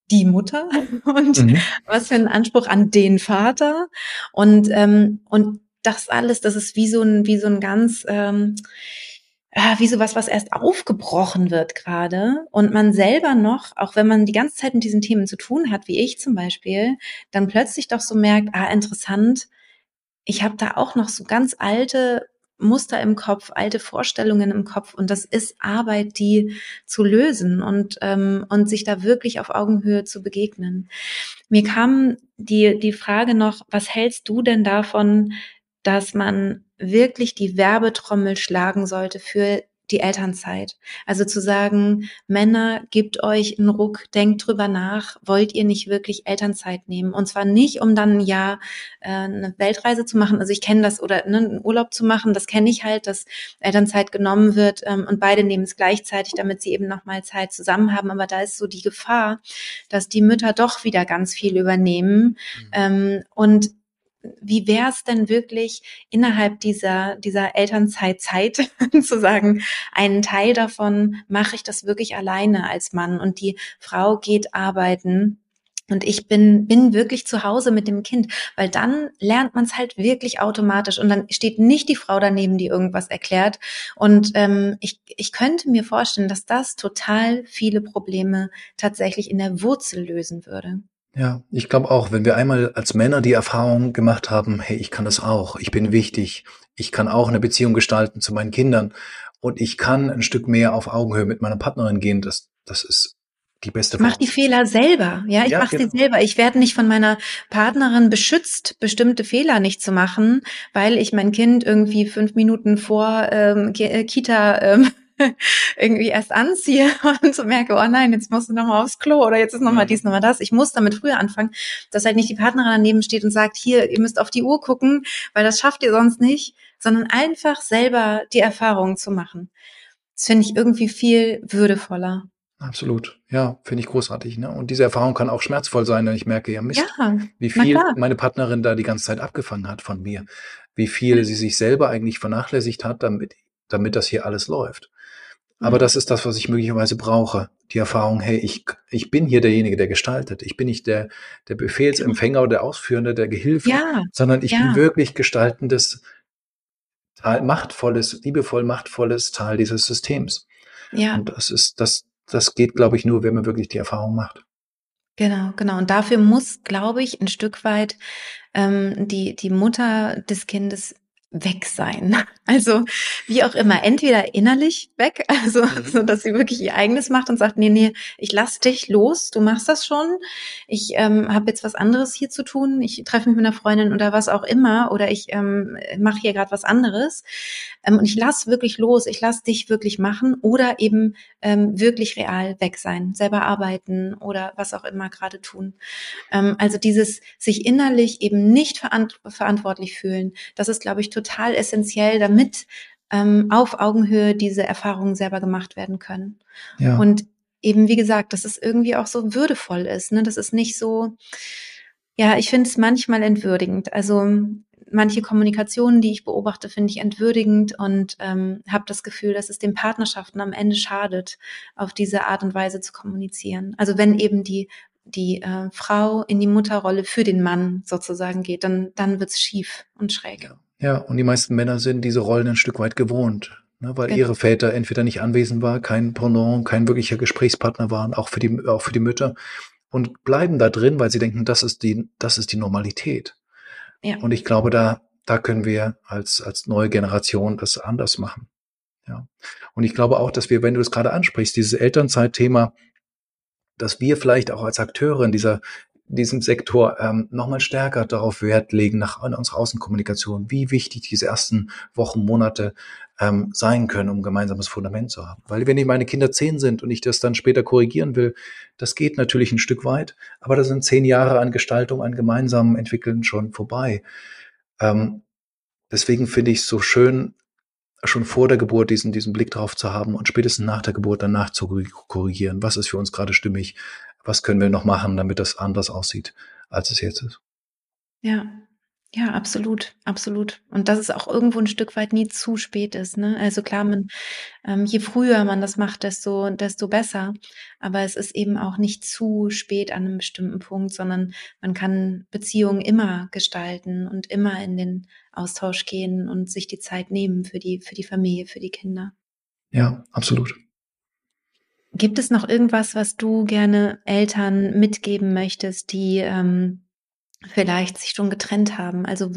Speaker 1: und was für einen Anspruch an den Vater und das alles, das ist wie so ein ganz, wie sowas, was erst aufgebrochen wird gerade und man selber noch, auch wenn man die ganze Zeit mit diesen Themen zu tun hat, wie ich zum Beispiel, dann plötzlich doch so merkt, interessant, ich habe da auch noch so ganz alte Muster im Kopf, alte Vorstellungen im Kopf und das ist Arbeit, die zu lösen und sich da wirklich auf Augenhöhe zu begegnen. Mir kam die Frage noch, was hältst du denn davon, dass man wirklich die Werbetrommel schlagen sollte für die Elternzeit? Also zu sagen, Männer, gebt euch einen Ruck, denkt drüber nach, wollt ihr nicht wirklich Elternzeit nehmen? Und zwar nicht, um dann ein Jahr eine Weltreise zu machen. Also ich kenne das, oder einen Urlaub zu machen, das kenne ich halt, dass Elternzeit genommen wird und beide nehmen es gleichzeitig, damit sie eben nochmal Zeit zusammen haben. Aber da ist so die Gefahr, dass die Mütter doch wieder ganz viel übernehmen. Und wie wäre es denn wirklich innerhalb dieser Elternzeitzeit zu sagen, einen Teil davon mache ich das wirklich alleine als Mann und die Frau geht arbeiten und ich bin wirklich zu Hause mit dem Kind, weil dann lernt man es halt wirklich automatisch und dann steht nicht die Frau daneben, die irgendwas erklärt. Und ich könnte mir vorstellen, dass das total viele Probleme tatsächlich in der Wurzel lösen würde.
Speaker 2: Ja, ich glaube auch, wenn wir einmal als Männer die Erfahrung gemacht haben, hey, ich kann das auch, ich bin wichtig, ich kann auch eine Beziehung gestalten zu meinen Kindern und ich kann ein Stück mehr auf Augenhöhe mit meiner Partnerin gehen, das ist die beste
Speaker 1: Ich mache die
Speaker 2: Voraussetzung.
Speaker 1: Fehler selber. Ja, ich
Speaker 2: Ja,
Speaker 1: mache sie
Speaker 2: genau.
Speaker 1: selber. Ich werde nicht von meiner Partnerin beschützt, bestimmte Fehler nicht zu machen, weil ich mein Kind irgendwie 5 Minuten vor Kita irgendwie erst anziehe und so merke, oh nein, jetzt musst du nochmal aufs Klo oder jetzt ist nochmal dies, nochmal das. Ich muss damit früher anfangen, dass halt nicht die Partnerin daneben steht und sagt, hier, ihr müsst auf die Uhr gucken, weil das schafft ihr sonst nicht, sondern einfach selber die Erfahrungen zu machen. Das finde ich irgendwie viel würdevoller.
Speaker 2: Absolut. Ja, finde ich großartig. Ne? Und diese Erfahrung kann auch schmerzvoll sein, wenn ich merke, ja
Speaker 1: Ja,
Speaker 2: Mist, wie
Speaker 1: na
Speaker 2: viel
Speaker 1: klar.
Speaker 2: meine Partnerin da die ganze Zeit abgefangen hat von mir, wie viel sie sich selber eigentlich vernachlässigt hat, damit das hier alles läuft. Aber das ist das, was ich möglicherweise brauche. Die Erfahrung, hey, ich bin hier derjenige, der gestaltet. Ich bin nicht der Befehlsempfänger oder der Ausführende, der Gehilfe,
Speaker 1: Ja,
Speaker 2: sondern ich bin
Speaker 1: ja,
Speaker 2: wirklich gestaltendes, machtvolles, liebevoll machtvolles Teil dieses Systems.
Speaker 1: ja,
Speaker 2: Und das geht, glaube ich, nur, wenn man wirklich die Erfahrung macht.
Speaker 1: genau. Und dafür muss, glaube ich, ein Stück weit die Mutter des Kindes weg sein. Also wie auch immer, entweder innerlich weg, also so, dass sie wirklich ihr eigenes macht und sagt, nee, ich lass dich los, du machst das schon. Ich habe jetzt was anderes hier zu tun. Ich treffe mich mit einer Freundin oder was auch immer oder ich mache hier gerade was anderes. Und ich lass wirklich los, ich lass dich wirklich machen oder eben wirklich real weg sein, selber arbeiten oder was auch immer gerade tun. Also dieses sich innerlich eben nicht verantwortlich fühlen, das ist, glaube ich, total essentiell, damit auf Augenhöhe diese Erfahrungen selber gemacht werden können.
Speaker 2: Ja,
Speaker 1: Und eben, wie gesagt, dass es irgendwie auch so würdevoll ist. Ne? Das ist nicht so, ja, ich finde es manchmal entwürdigend. Also manche Kommunikationen, die ich beobachte, finde ich entwürdigend und habe das Gefühl, dass es den Partnerschaften am Ende schadet, auf diese Art und Weise zu kommunizieren. Also wenn eben die Frau in die Mutterrolle für den Mann sozusagen geht, dann wird's schief und schräg.
Speaker 2: ja. Und die meisten Männer sind diese Rollen ein Stück weit gewohnt, ne, weil
Speaker 1: Genau.
Speaker 2: ihre Väter entweder nicht anwesend waren, kein Pendant, kein wirklicher Gesprächspartner waren, auch für die Mütter und bleiben da drin, weil sie denken, das ist die Normalität.
Speaker 1: Ja.
Speaker 2: Und ich glaube, da können wir als neue Generation das anders machen. Ja. Und ich glaube auch, dass wir, wenn du es gerade ansprichst, dieses Elternzeitthema, dass wir vielleicht auch als Akteure in diesem Sektor nochmal stärker darauf Wert legen, in unserer Außenkommunikation, wie wichtig diese ersten Wochen, Monate sein können, um ein gemeinsames Fundament zu haben. Weil wenn meine Kinder 10 sind und ich das dann später korrigieren will, das geht natürlich ein Stück weit, aber da sind 10 Jahre an Gestaltung, an gemeinsamen Entwickeln schon vorbei. Deswegen finde ich es so schön, schon vor der Geburt diesen Blick drauf zu haben und spätestens nach der Geburt danach zu korrigieren. Was ist für uns gerade stimmig? Was können wir noch machen, damit das anders aussieht, als es jetzt ist?
Speaker 1: Ja. Ja, absolut, absolut. Und dass es auch irgendwo ein Stück weit nie zu spät ist, ne? Also klar, je früher man das macht, desto besser. Aber es ist eben auch nicht zu spät an einem bestimmten Punkt, sondern man kann Beziehungen immer gestalten und immer in den Austausch gehen und sich die Zeit nehmen für die Familie, für die Kinder.
Speaker 2: Ja, absolut.
Speaker 1: Gibt es noch irgendwas, was du gerne Eltern mitgeben möchtest, die vielleicht sich schon getrennt haben, also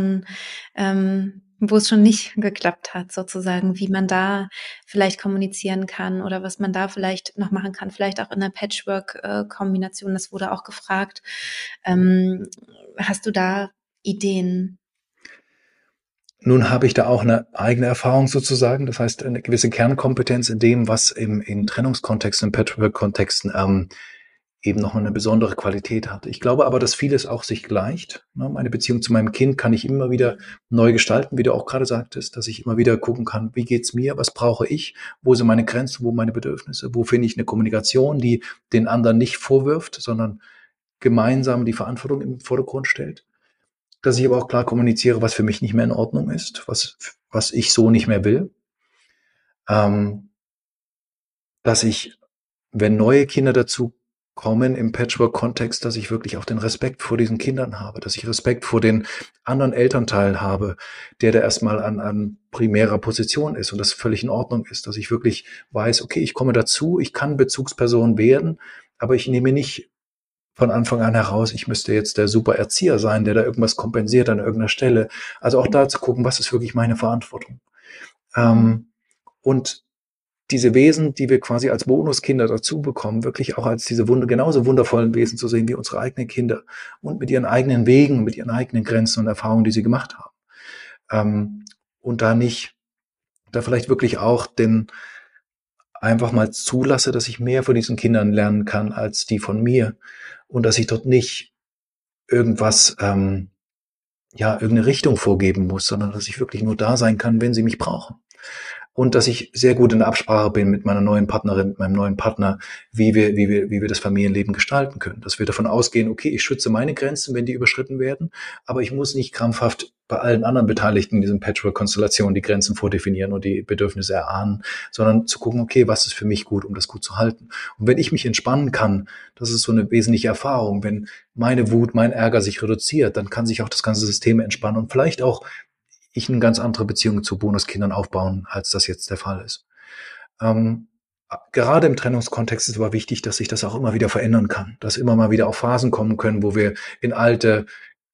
Speaker 1: wo es schon nicht geklappt hat, sozusagen, wie man da vielleicht kommunizieren kann oder was man da vielleicht noch machen kann, vielleicht auch in der Patchwork-Kombination, das wurde auch gefragt. Hast du da Ideen?
Speaker 2: Nun habe ich da auch eine eigene Erfahrung sozusagen, das heißt eine gewisse Kernkompetenz in dem, was in Trennungskontexten, in Patchwork-Kontexten eben noch eine besondere Qualität hat. Ich glaube aber, dass vieles auch sich gleicht. Meine Beziehung zu meinem Kind kann ich immer wieder neu gestalten, wie du auch gerade sagtest, dass ich immer wieder gucken kann, wie geht's mir, was brauche ich, wo sind meine Grenzen, wo meine Bedürfnisse, wo finde ich eine Kommunikation, die den anderen nicht vorwirft, sondern gemeinsam die Verantwortung im Vordergrund stellt. Dass ich aber auch klar kommuniziere, was für mich nicht mehr in Ordnung ist, was ich so nicht mehr will. Ähm, dass ich, wenn neue Kinder dazu kommen im Patchwork-Kontext, dass ich wirklich auch den Respekt vor diesen Kindern habe, dass ich Respekt vor den anderen Elternteil habe, der da erstmal an primärer Position ist und das völlig in Ordnung ist, dass ich wirklich weiß, okay, ich komme dazu, ich kann Bezugsperson werden, aber ich nehme nicht von Anfang an heraus, ich müsste jetzt der super Erzieher sein, der da irgendwas kompensiert an irgendeiner Stelle. Also auch da zu gucken, was ist wirklich meine Verantwortung. Und diese Wesen, die wir quasi als Bonuskinder dazu bekommen, wirklich auch als diese genauso wundervollen Wesen zu sehen wie unsere eigenen Kinder und mit ihren eigenen Wegen, mit ihren eigenen Grenzen und Erfahrungen, die sie gemacht haben. Und da vielleicht wirklich auch einfach mal zulasse, dass ich mehr von diesen Kindern lernen kann als die von mir und dass ich dort nicht irgendwas, irgendeine Richtung vorgeben muss, sondern dass ich wirklich nur da sein kann, wenn sie mich brauchen. Und dass ich sehr gut in der Absprache bin mit meiner neuen Partnerin, mit meinem neuen Partner, wie wir das Familienleben gestalten können. Dass wir davon ausgehen, okay, ich schütze meine Grenzen, wenn die überschritten werden, aber ich muss nicht krampfhaft bei allen anderen Beteiligten in diesem Patchwork-Konstellation die Grenzen vordefinieren und die Bedürfnisse erahnen, sondern zu gucken, okay, was ist für mich gut, um das gut zu halten. Und wenn ich mich entspannen kann, das ist so eine wesentliche Erfahrung, wenn meine Wut, mein Ärger sich reduziert, dann kann sich auch das ganze System entspannen und vielleicht auch ich eine ganz andere Beziehung zu Bonuskindern aufbauen, als das jetzt der Fall ist. Gerade im Trennungskontext ist aber wichtig, dass sich das auch immer wieder verändern kann, dass immer mal wieder auch Phasen kommen können, wo wir in alte,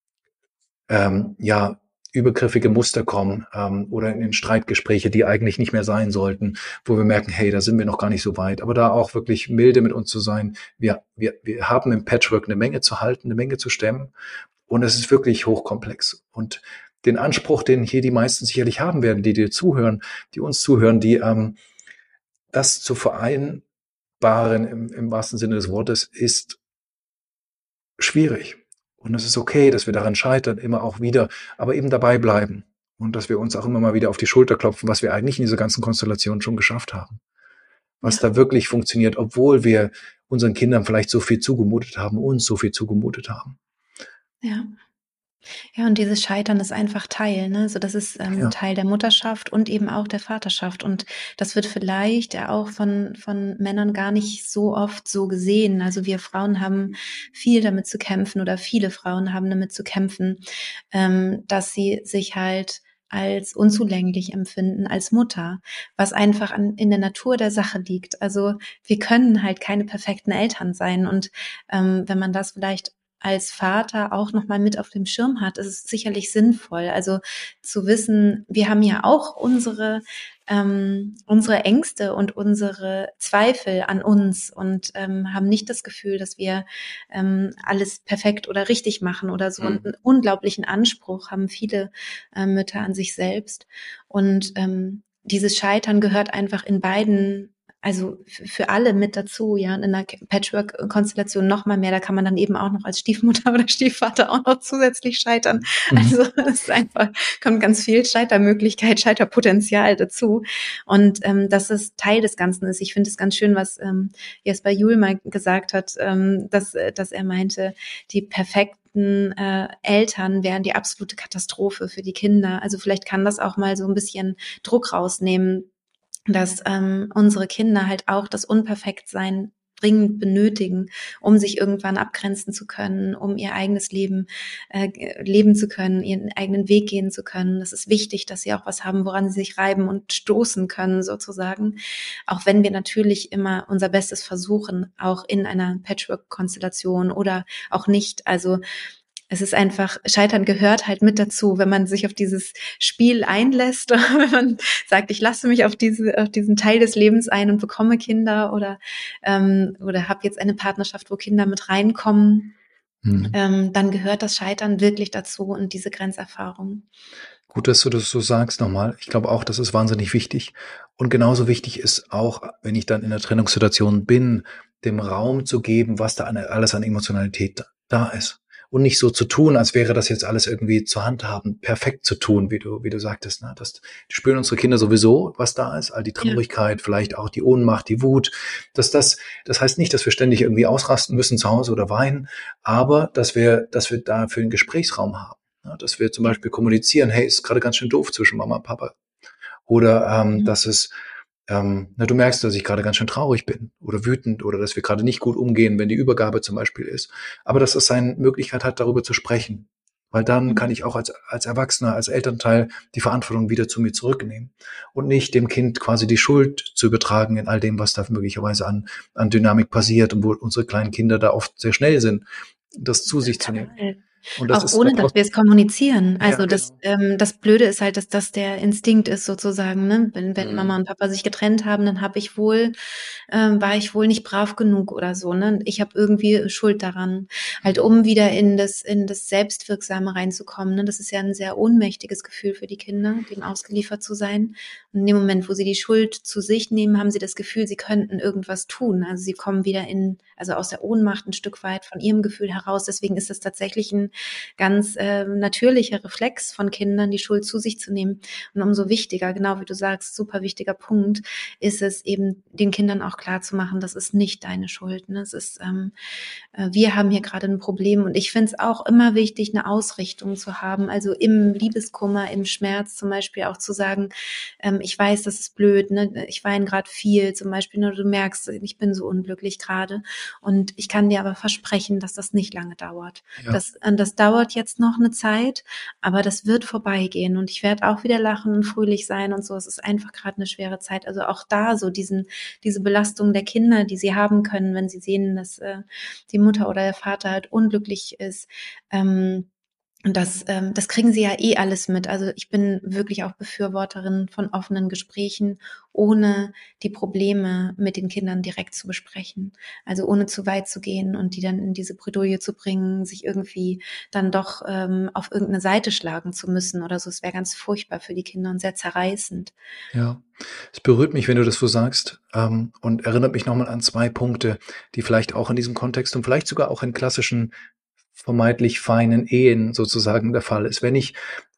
Speaker 2: übergriffige Muster kommen oder in Streitgespräche, die eigentlich nicht mehr sein sollten, wo wir merken, hey, da sind wir noch gar nicht so weit. Aber da auch wirklich milde mit uns zu sein. Wir haben im Patchwork eine Menge zu halten, eine Menge zu stemmen und es ist wirklich hochkomplex. Und den Anspruch, den hier die meisten sicherlich haben werden, die dir zuhören, die uns zuhören, die das zu vereinbaren im wahrsten Sinne des Wortes ist schwierig. Und es ist okay, dass wir daran scheitern, immer auch wieder, aber eben dabei bleiben. Und dass wir uns auch immer mal wieder auf die Schulter klopfen, was wir eigentlich in dieser ganzen Konstellation schon geschafft haben. Was da wirklich funktioniert, obwohl wir unseren Kindern vielleicht so viel zugemutet haben, uns so viel zugemutet haben.
Speaker 1: Ja. Ja, und dieses Scheitern ist einfach Teil, ne? So, das ist Teil der Mutterschaft und eben auch der Vaterschaft. Und das wird vielleicht ja auch von Männern gar nicht so oft so gesehen. Also wir Frauen haben viel damit zu kämpfen oder viele Frauen haben damit zu kämpfen, dass sie sich halt als unzulänglich empfinden als Mutter, was einfach in der Natur der Sache liegt. Also wir können halt keine perfekten Eltern sein. Und wenn man das vielleicht als Vater auch noch mal mit auf dem Schirm hat, ist es sicherlich sinnvoll. Also zu wissen, wir haben ja auch unsere Ängste und unsere Zweifel an uns und haben nicht das Gefühl, dass wir alles perfekt oder richtig machen oder so. Einen unglaublichen Anspruch haben viele Mütter an sich selbst. Und dieses Scheitern gehört einfach in beiden, also für alle mit dazu, ja, und in der Patchwork-Konstellation noch mal mehr, da kann man dann eben auch noch als Stiefmutter oder Stiefvater auch noch zusätzlich scheitern. Also es ist einfach, kommt ganz viel Scheitermöglichkeit, Scheiterpotenzial dazu und dass es Teil des Ganzen ist. Ich finde es ganz schön, was Jesper Juhl mal gesagt hat, dass er meinte, die perfekten perfekten Eltern wären die absolute Katastrophe für die Kinder. Also vielleicht kann das auch mal so ein bisschen Druck rausnehmen, dass unsere Kinder halt auch das Unperfektsein dringend benötigen, um sich irgendwann abgrenzen zu können, um ihr eigenes Leben leben zu können, ihren eigenen Weg gehen zu können. Das ist wichtig, dass sie auch was haben, woran sie sich reiben und stoßen können, sozusagen. Auch wenn wir natürlich immer unser Bestes versuchen, auch in einer Patchwork-Konstellation oder auch nicht. Also es ist einfach, Scheitern gehört halt mit dazu, wenn man sich auf dieses Spiel einlässt, oder wenn man sagt, ich lasse mich auf diesen Teil des Lebens ein und bekomme Kinder oder habe jetzt eine Partnerschaft, wo Kinder mit reinkommen, dann gehört das Scheitern wirklich dazu und diese Grenzerfahrung.
Speaker 2: Gut, dass du das so sagst nochmal. Ich glaube auch, das ist wahnsinnig wichtig. Und genauso wichtig ist auch, wenn ich dann in der Trennungssituation bin, dem Raum zu geben, was da alles an Emotionalität da ist. Und nicht so zu tun, als wäre das jetzt alles irgendwie zu handhaben, perfekt zu tun, wie du sagtest. Ne? Das spüren unsere Kinder sowieso, was da ist, all die Traurigkeit, vielleicht auch die Ohnmacht, die Wut. Das heißt nicht, dass wir ständig irgendwie ausrasten müssen zu Hause oder weinen, aber dass wir dafür einen Gesprächsraum haben. Ja, dass wir zum Beispiel kommunizieren, hey, ist gerade ganz schön doof zwischen Mama und Papa. Oder dass es, du merkst, dass ich gerade ganz schön traurig bin oder wütend oder dass wir gerade nicht gut umgehen, wenn die Übergabe zum Beispiel ist. Aber dass es eine Möglichkeit hat, darüber zu sprechen. Weil dann kann ich auch als Erwachsener, als Elternteil die Verantwortung wieder zu mir zurücknehmen und nicht dem Kind quasi die Schuld zu übertragen in all dem, was da möglicherweise an Dynamik passiert und wo unsere kleinen Kinder da oft sehr schnell sind, das zu sich zu nehmen.
Speaker 1: Und das auch ohne, dass wir es kommunizieren. Also genau. Das Blöde ist halt, dass das der Instinkt ist sozusagen. Ne? Wenn Mama und Papa sich getrennt haben, dann war ich wohl nicht brav genug oder so. Ne? Ich habe irgendwie Schuld daran. Halt um wieder in das Selbstwirksame reinzukommen. Ne? Das ist ja ein sehr ohnmächtiges Gefühl für die Kinder, dem ausgeliefert zu sein. Und in dem Moment, wo sie die Schuld zu sich nehmen, haben sie das Gefühl, sie könnten irgendwas tun. Also sie kommen wieder aus der Ohnmacht ein Stück weit von ihrem Gefühl heraus. Deswegen ist das tatsächlich ein ganz natürlicher Reflex von Kindern, die Schuld zu sich zu nehmen. Und umso wichtiger, genau wie du sagst, super wichtiger Punkt, ist es eben den Kindern auch klar zu machen, das ist nicht deine Schuld. Ne? Es ist, wir haben hier gerade ein Problem und ich finde es auch immer wichtig, eine Ausrichtung zu haben. Also im Liebeskummer, im Schmerz zum Beispiel auch zu sagen, ich weiß, das ist blöd, ne? Ich weine gerade viel zum Beispiel, ne? Du merkst, ich bin so unglücklich gerade und ich kann dir aber versprechen, dass das nicht lange dauert. Ja. Das dauert jetzt noch eine Zeit, aber das wird vorbeigehen und ich werde auch wieder lachen und fröhlich sein und so. Es ist einfach gerade eine schwere Zeit. Also auch da so diese Belastung der Kinder, die sie haben können, wenn sie sehen, dass die Mutter oder der Vater halt unglücklich ist. Und das kriegen sie ja alles mit. Also ich bin wirklich auch Befürworterin von offenen Gesprächen, ohne die Probleme mit den Kindern direkt zu besprechen. Also ohne zu weit zu gehen und die dann in diese Bredouille zu bringen, sich irgendwie dann doch auf irgendeine Seite schlagen zu müssen oder so. Es wäre ganz furchtbar für die Kinder und sehr zerreißend.
Speaker 2: Ja, es berührt mich, wenn du das so sagst, und erinnert mich nochmal an 2 Punkte, die vielleicht auch in diesem Kontext und vielleicht sogar auch in klassischen vermeintlich feinen Ehen sozusagen der Fall ist. Wenn ich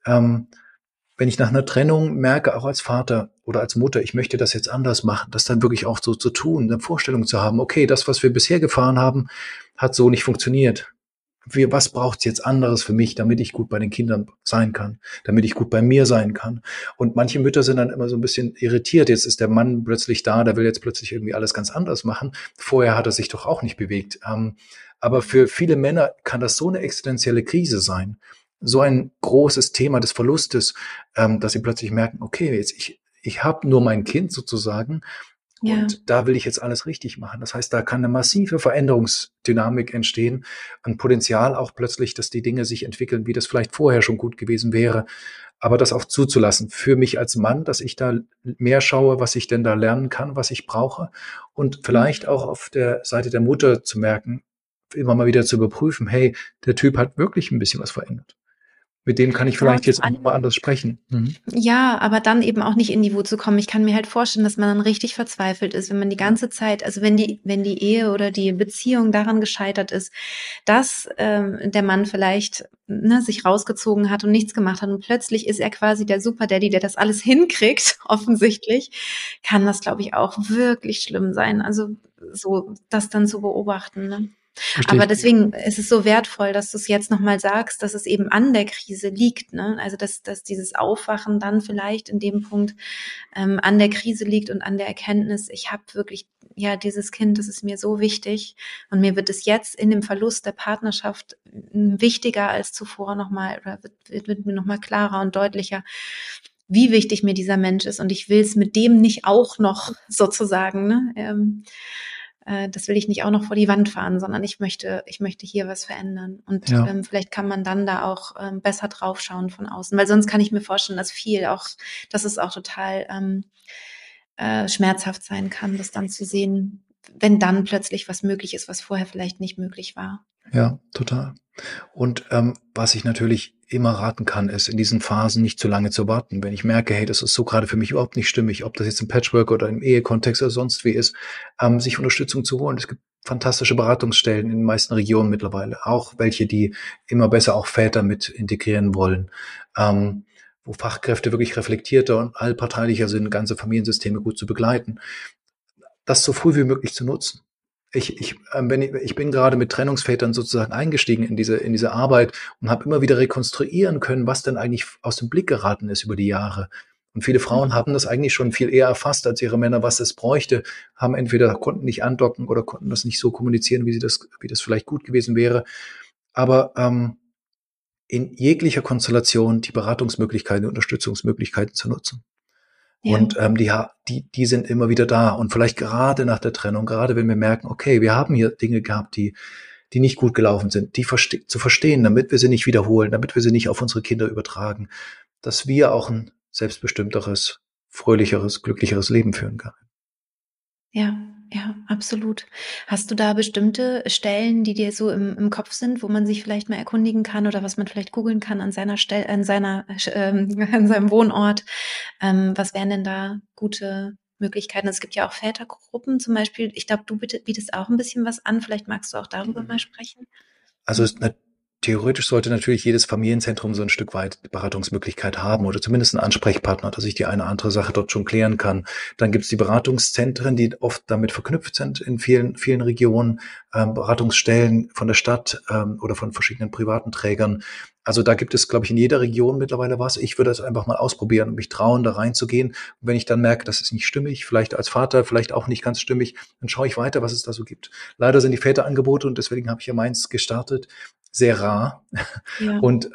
Speaker 2: nach einer Trennung merke, auch als Vater oder als Mutter, ich möchte das jetzt anders machen, das dann wirklich auch so zu tun, eine Vorstellung zu haben, okay, das, was wir bisher gefahren haben, hat so nicht funktioniert. Was braucht's jetzt anderes für mich, damit ich gut bei den Kindern sein kann, damit ich gut bei mir sein kann? Und manche Mütter sind dann immer so ein bisschen irritiert. Jetzt ist der Mann plötzlich da, der will jetzt plötzlich irgendwie alles ganz anders machen. Vorher hat er sich doch auch nicht bewegt. Aber für viele Männer kann das so eine existenzielle Krise sein, so ein großes Thema des Verlustes, dass sie plötzlich merken, okay, jetzt ich habe nur mein Kind sozusagen. Ja. Und da will ich jetzt alles richtig machen. Das heißt, da kann eine massive Veränderungsdynamik entstehen, ein Potenzial auch plötzlich, dass die Dinge sich entwickeln, wie das vielleicht vorher schon gut gewesen wäre. Aber das auch zuzulassen für mich als Mann, dass ich da mehr schaue, was ich denn da lernen kann, was ich brauche. Und vielleicht auch auf der Seite der Mutter zu merken, immer mal wieder zu überprüfen, hey, der Typ hat wirklich ein bisschen was verändert. Mit dem kann ich vielleicht jetzt auch mal anders sprechen. Mhm.
Speaker 1: Ja, aber dann eben auch nicht in die Wut zu kommen. Ich kann mir halt vorstellen, dass man dann richtig verzweifelt ist, wenn man die ganze Zeit, also wenn die Ehe oder die Beziehung daran gescheitert ist, dass der Mann vielleicht sich rausgezogen hat und nichts gemacht hat und plötzlich ist er quasi der Super Daddy, der das alles hinkriegt, offensichtlich, kann das, glaube ich, auch wirklich schlimm sein. Also so das dann zu beobachten. Ne?
Speaker 2: Verstehe
Speaker 1: Aber
Speaker 2: ich.
Speaker 1: deswegen ist es so wertvoll, dass du es jetzt nochmal sagst, dass es eben an der Krise liegt, ne? Also dass dieses Aufwachen dann vielleicht in dem Punkt an der Krise liegt und an der Erkenntnis, ich habe wirklich, ja, dieses Kind, das ist mir so wichtig und mir wird es jetzt in dem Verlust der Partnerschaft wichtiger als zuvor nochmal oder wird mir nochmal klarer und deutlicher, wie wichtig mir dieser Mensch ist und ich will es mit dem nicht auch noch sozusagen, ne? Das will ich nicht auch noch vor die Wand fahren, sondern ich möchte hier was verändern. Und
Speaker 2: Ja.
Speaker 1: vielleicht kann man dann da auch besser draufschauen von außen, weil sonst kann ich mir vorstellen, dass es auch total schmerzhaft sein kann, das dann zu sehen, wenn dann plötzlich was möglich ist, was vorher vielleicht nicht möglich war.
Speaker 2: Ja, total. Und was ich natürlich immer raten kann, ist in diesen Phasen nicht zu lange zu warten. Wenn ich merke, hey, das ist so gerade für mich überhaupt nicht stimmig, ob das jetzt im Patchwork oder im Ehekontext oder sonst wie ist, sich Unterstützung zu holen. Es gibt fantastische Beratungsstellen in den meisten Regionen mittlerweile, auch welche, die immer besser auch Väter mit integrieren wollen, wo Fachkräfte wirklich reflektierter und allparteilicher sind, ganze Familiensysteme gut zu begleiten. Das so früh wie möglich zu nutzen. Ich bin gerade mit Trennungsvätern sozusagen eingestiegen in diese Arbeit und habe immer wieder rekonstruieren können, was denn eigentlich aus dem Blick geraten ist über die Jahre. Und viele Frauen haben das eigentlich schon viel eher erfasst als ihre Männer, was es bräuchte, haben entweder konnten nicht andocken oder konnten das nicht so kommunizieren, wie das vielleicht gut gewesen wäre. Aber in jeglicher Konstellation die Beratungsmöglichkeiten, Unterstützungsmöglichkeiten zu nutzen.
Speaker 1: Ja,
Speaker 2: Und die sind immer wieder da. Und vielleicht gerade nach der Trennung, gerade wenn wir merken, okay, wir haben hier Dinge gehabt, die nicht gut gelaufen sind, zu verstehen, damit wir sie nicht wiederholen, damit wir sie nicht auf unsere Kinder übertragen, dass wir auch ein selbstbestimmteres, fröhlicheres, glücklicheres Leben führen können.
Speaker 1: ja, ja, absolut. Hast du da bestimmte Stellen, die dir so im Kopf sind, wo man sich vielleicht mal erkundigen kann oder was man vielleicht googeln kann an seiner Stelle, an seinem Wohnort? Was wären denn da gute Möglichkeiten? Es gibt ja auch Vätergruppen zum Beispiel. Ich glaube, du bietest auch ein bisschen was an. Vielleicht magst du auch darüber mal sprechen.
Speaker 2: Also theoretisch sollte natürlich jedes Familienzentrum so ein Stück weit Beratungsmöglichkeit haben oder zumindest einen Ansprechpartner, dass ich die eine oder andere Sache dort schon klären kann. Dann gibt es die Beratungszentren, die oft damit verknüpft sind in vielen Regionen, Beratungsstellen von der Stadt oder von verschiedenen privaten Trägern. Also da gibt es, glaube ich, in jeder Region mittlerweile was. Ich würde das einfach mal ausprobieren und mich trauen, da reinzugehen. Und wenn ich dann merke, das ist nicht stimmig, vielleicht als Vater, vielleicht auch nicht ganz stimmig, dann schaue ich weiter, was es da so gibt. Leider sind die Väterangebote, und deswegen habe ich ja meins gestartet, sehr rar.
Speaker 1: Ja,
Speaker 2: Und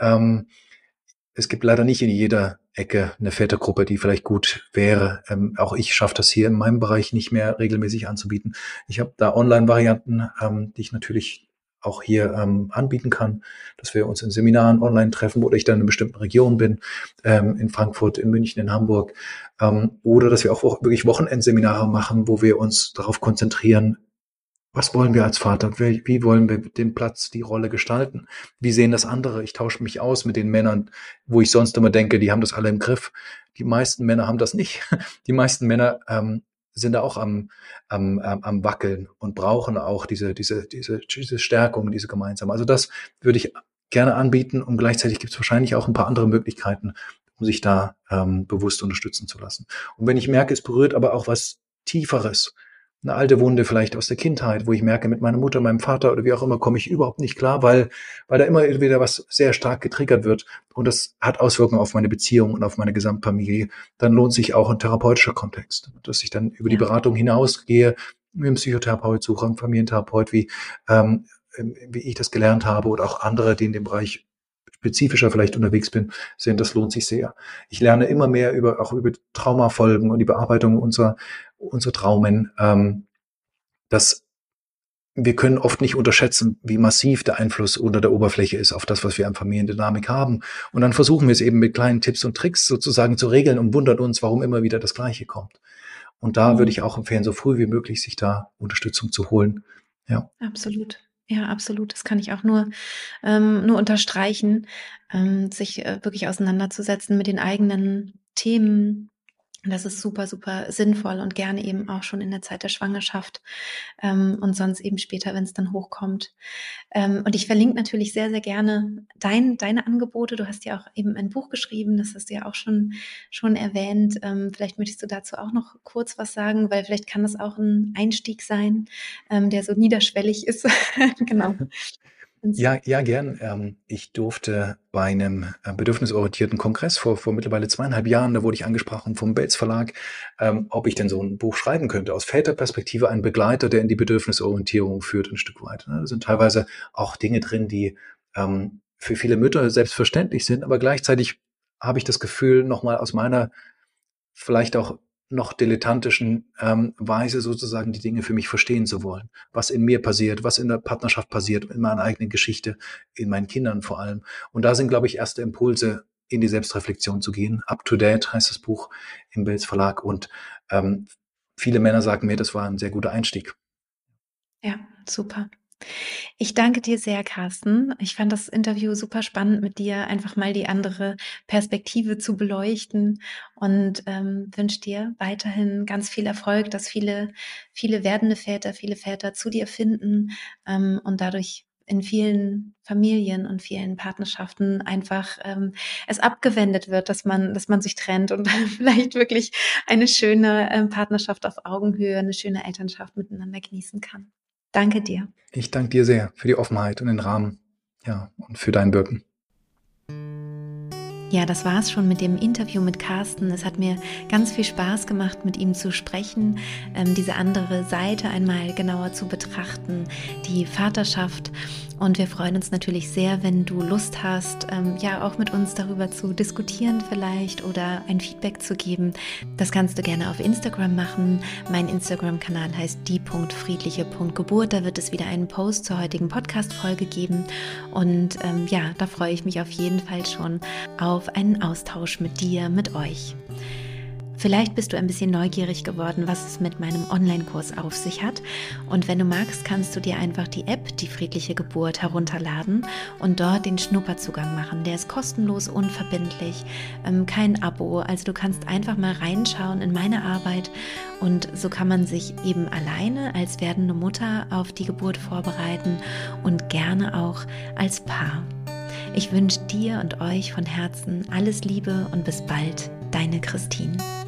Speaker 2: es gibt leider nicht in jeder Ecke eine Vätergruppe, die vielleicht gut wäre. Auch ich schaffe das hier in meinem Bereich nicht mehr regelmäßig anzubieten. Ich habe da Online-Varianten, die ich natürlich auch hier anbieten kann, dass wir uns in Seminaren online treffen oder ich dann in einer bestimmten Region bin, in Frankfurt, in München, in Hamburg, oder dass wir auch wirklich Wochenendseminare machen, wo wir uns darauf konzentrieren, was wollen wir als Vater? Wie wollen wir den Platz, die Rolle gestalten? Wie sehen das andere? Ich tausche mich aus mit den Männern, wo ich sonst immer denke, die haben das alle im Griff. Die meisten Männer haben das nicht. Die meisten Männer sind da auch am Wackeln und brauchen auch diese Stärkung, diese gemeinsame. Also das würde ich gerne anbieten und gleichzeitig gibt es wahrscheinlich auch ein paar andere Möglichkeiten, um sich da bewusst unterstützen zu lassen. Und wenn ich merke, es berührt aber auch was Tieferes, eine alte Wunde vielleicht aus der Kindheit, wo ich merke, mit meiner Mutter, meinem Vater oder wie auch immer komme ich überhaupt nicht klar, weil da immer wieder was sehr stark getriggert wird und das hat Auswirkungen auf meine Beziehung und auf meine Gesamtfamilie, dann lohnt sich auch ein therapeutischer Kontext, dass ich dann über die
Speaker 1: ja,
Speaker 2: Beratung hinausgehe, mir einen Psychotherapeut suche, einen Familientherapeut, wie ich das gelernt habe oder auch andere, die in dem Bereich spezifischer vielleicht unterwegs bin, sehen, das lohnt sich sehr. Ich lerne immer mehr auch über Traumafolgen und die Bearbeitung unserer Traumen, dass wir können oft nicht unterschätzen, wie massiv der Einfluss unter der Oberfläche ist auf das, was wir an Familiendynamik haben. Und dann versuchen wir es eben mit kleinen Tipps und Tricks sozusagen zu regeln und wundern uns, warum immer wieder das Gleiche kommt. Und da würde ich auch empfehlen, so früh wie möglich sich da Unterstützung zu holen. Ja.
Speaker 1: absolut. Ja, absolut. Das kann ich auch nur unterstreichen, sich wirklich auseinanderzusetzen mit den eigenen Themen, Das ist super, super sinnvoll und gerne eben auch schon in der Zeit der Schwangerschaft und sonst eben später, wenn es dann hochkommt. Und ich verlinke natürlich sehr, sehr gerne deine Angebote. Du hast ja auch eben ein Buch geschrieben, das hast du ja auch schon erwähnt. Vielleicht möchtest du dazu auch noch kurz was sagen, weil vielleicht kann das auch ein Einstieg sein, der so niederschwellig ist. Genau.
Speaker 2: Ja, ja, gern. Ich durfte bei einem bedürfnisorientierten Kongress vor mittlerweile 2,5 Jahren, da wurde ich angesprochen vom Belz Verlag, ob ich denn so ein Buch schreiben könnte. Aus Väterperspektive ein Begleiter, der in die Bedürfnisorientierung führt, ein Stück weit. Da sind teilweise auch Dinge drin, die für viele Mütter selbstverständlich sind, aber gleichzeitig habe ich das Gefühl, nochmal aus meiner vielleicht auch noch dilettantischen Weise sozusagen die Dinge für mich verstehen zu wollen. Was in mir passiert, was in der Partnerschaft passiert, in meiner eigenen Geschichte, in meinen Kindern vor allem. Und da sind, glaube ich, erste Impulse, in die Selbstreflexion zu gehen. Up to Date heißt das Buch im Belz Verlag. Und viele Männer sagen mir, das war ein sehr guter Einstieg.
Speaker 1: Ja, super. Ich danke dir sehr, Carsten. Ich fand das Interview super spannend mit dir, einfach mal die andere Perspektive zu beleuchten und wünsche dir weiterhin ganz viel Erfolg, dass viele werdende Väter, viele Väter zu dir finden und dadurch in vielen Familien und vielen Partnerschaften einfach es abgewendet wird, dass man sich trennt und vielleicht wirklich eine schöne Partnerschaft auf Augenhöhe, eine schöne Elternschaft miteinander genießen kann. Danke dir.
Speaker 2: Ich danke dir sehr für die Offenheit und den Rahmen, ja, und für dein Wirken.
Speaker 1: Ja, das war's schon mit dem Interview mit Carsten. Es hat mir ganz viel Spaß gemacht, mit ihm zu sprechen, diese andere Seite einmal genauer zu betrachten, die Vaterschaft. Und wir freuen uns natürlich sehr, wenn du Lust hast, ja auch mit uns darüber zu diskutieren vielleicht oder ein Feedback zu geben. Das kannst du gerne auf Instagram machen. Mein Instagram-Kanal heißt die.friedliche.geburt. Da wird es wieder einen Post zur heutigen Podcast-Folge geben. Und ja, da freue ich mich auf jeden Fall schon auf einen Austausch mit dir, mit euch. Vielleicht bist du ein bisschen neugierig geworden, was es mit meinem Online-Kurs auf sich hat. Und wenn du magst, kannst du dir einfach die App Die friedliche Geburt herunterladen und dort den Schnupperzugang machen. Der ist kostenlos, unverbindlich, kein Abo. Also du kannst einfach mal reinschauen in meine Arbeit und so kann man sich eben alleine als werdende Mutter auf die Geburt vorbereiten und gerne auch als Paar. Ich wünsche dir und euch von Herzen alles Liebe und bis bald, deine Christine.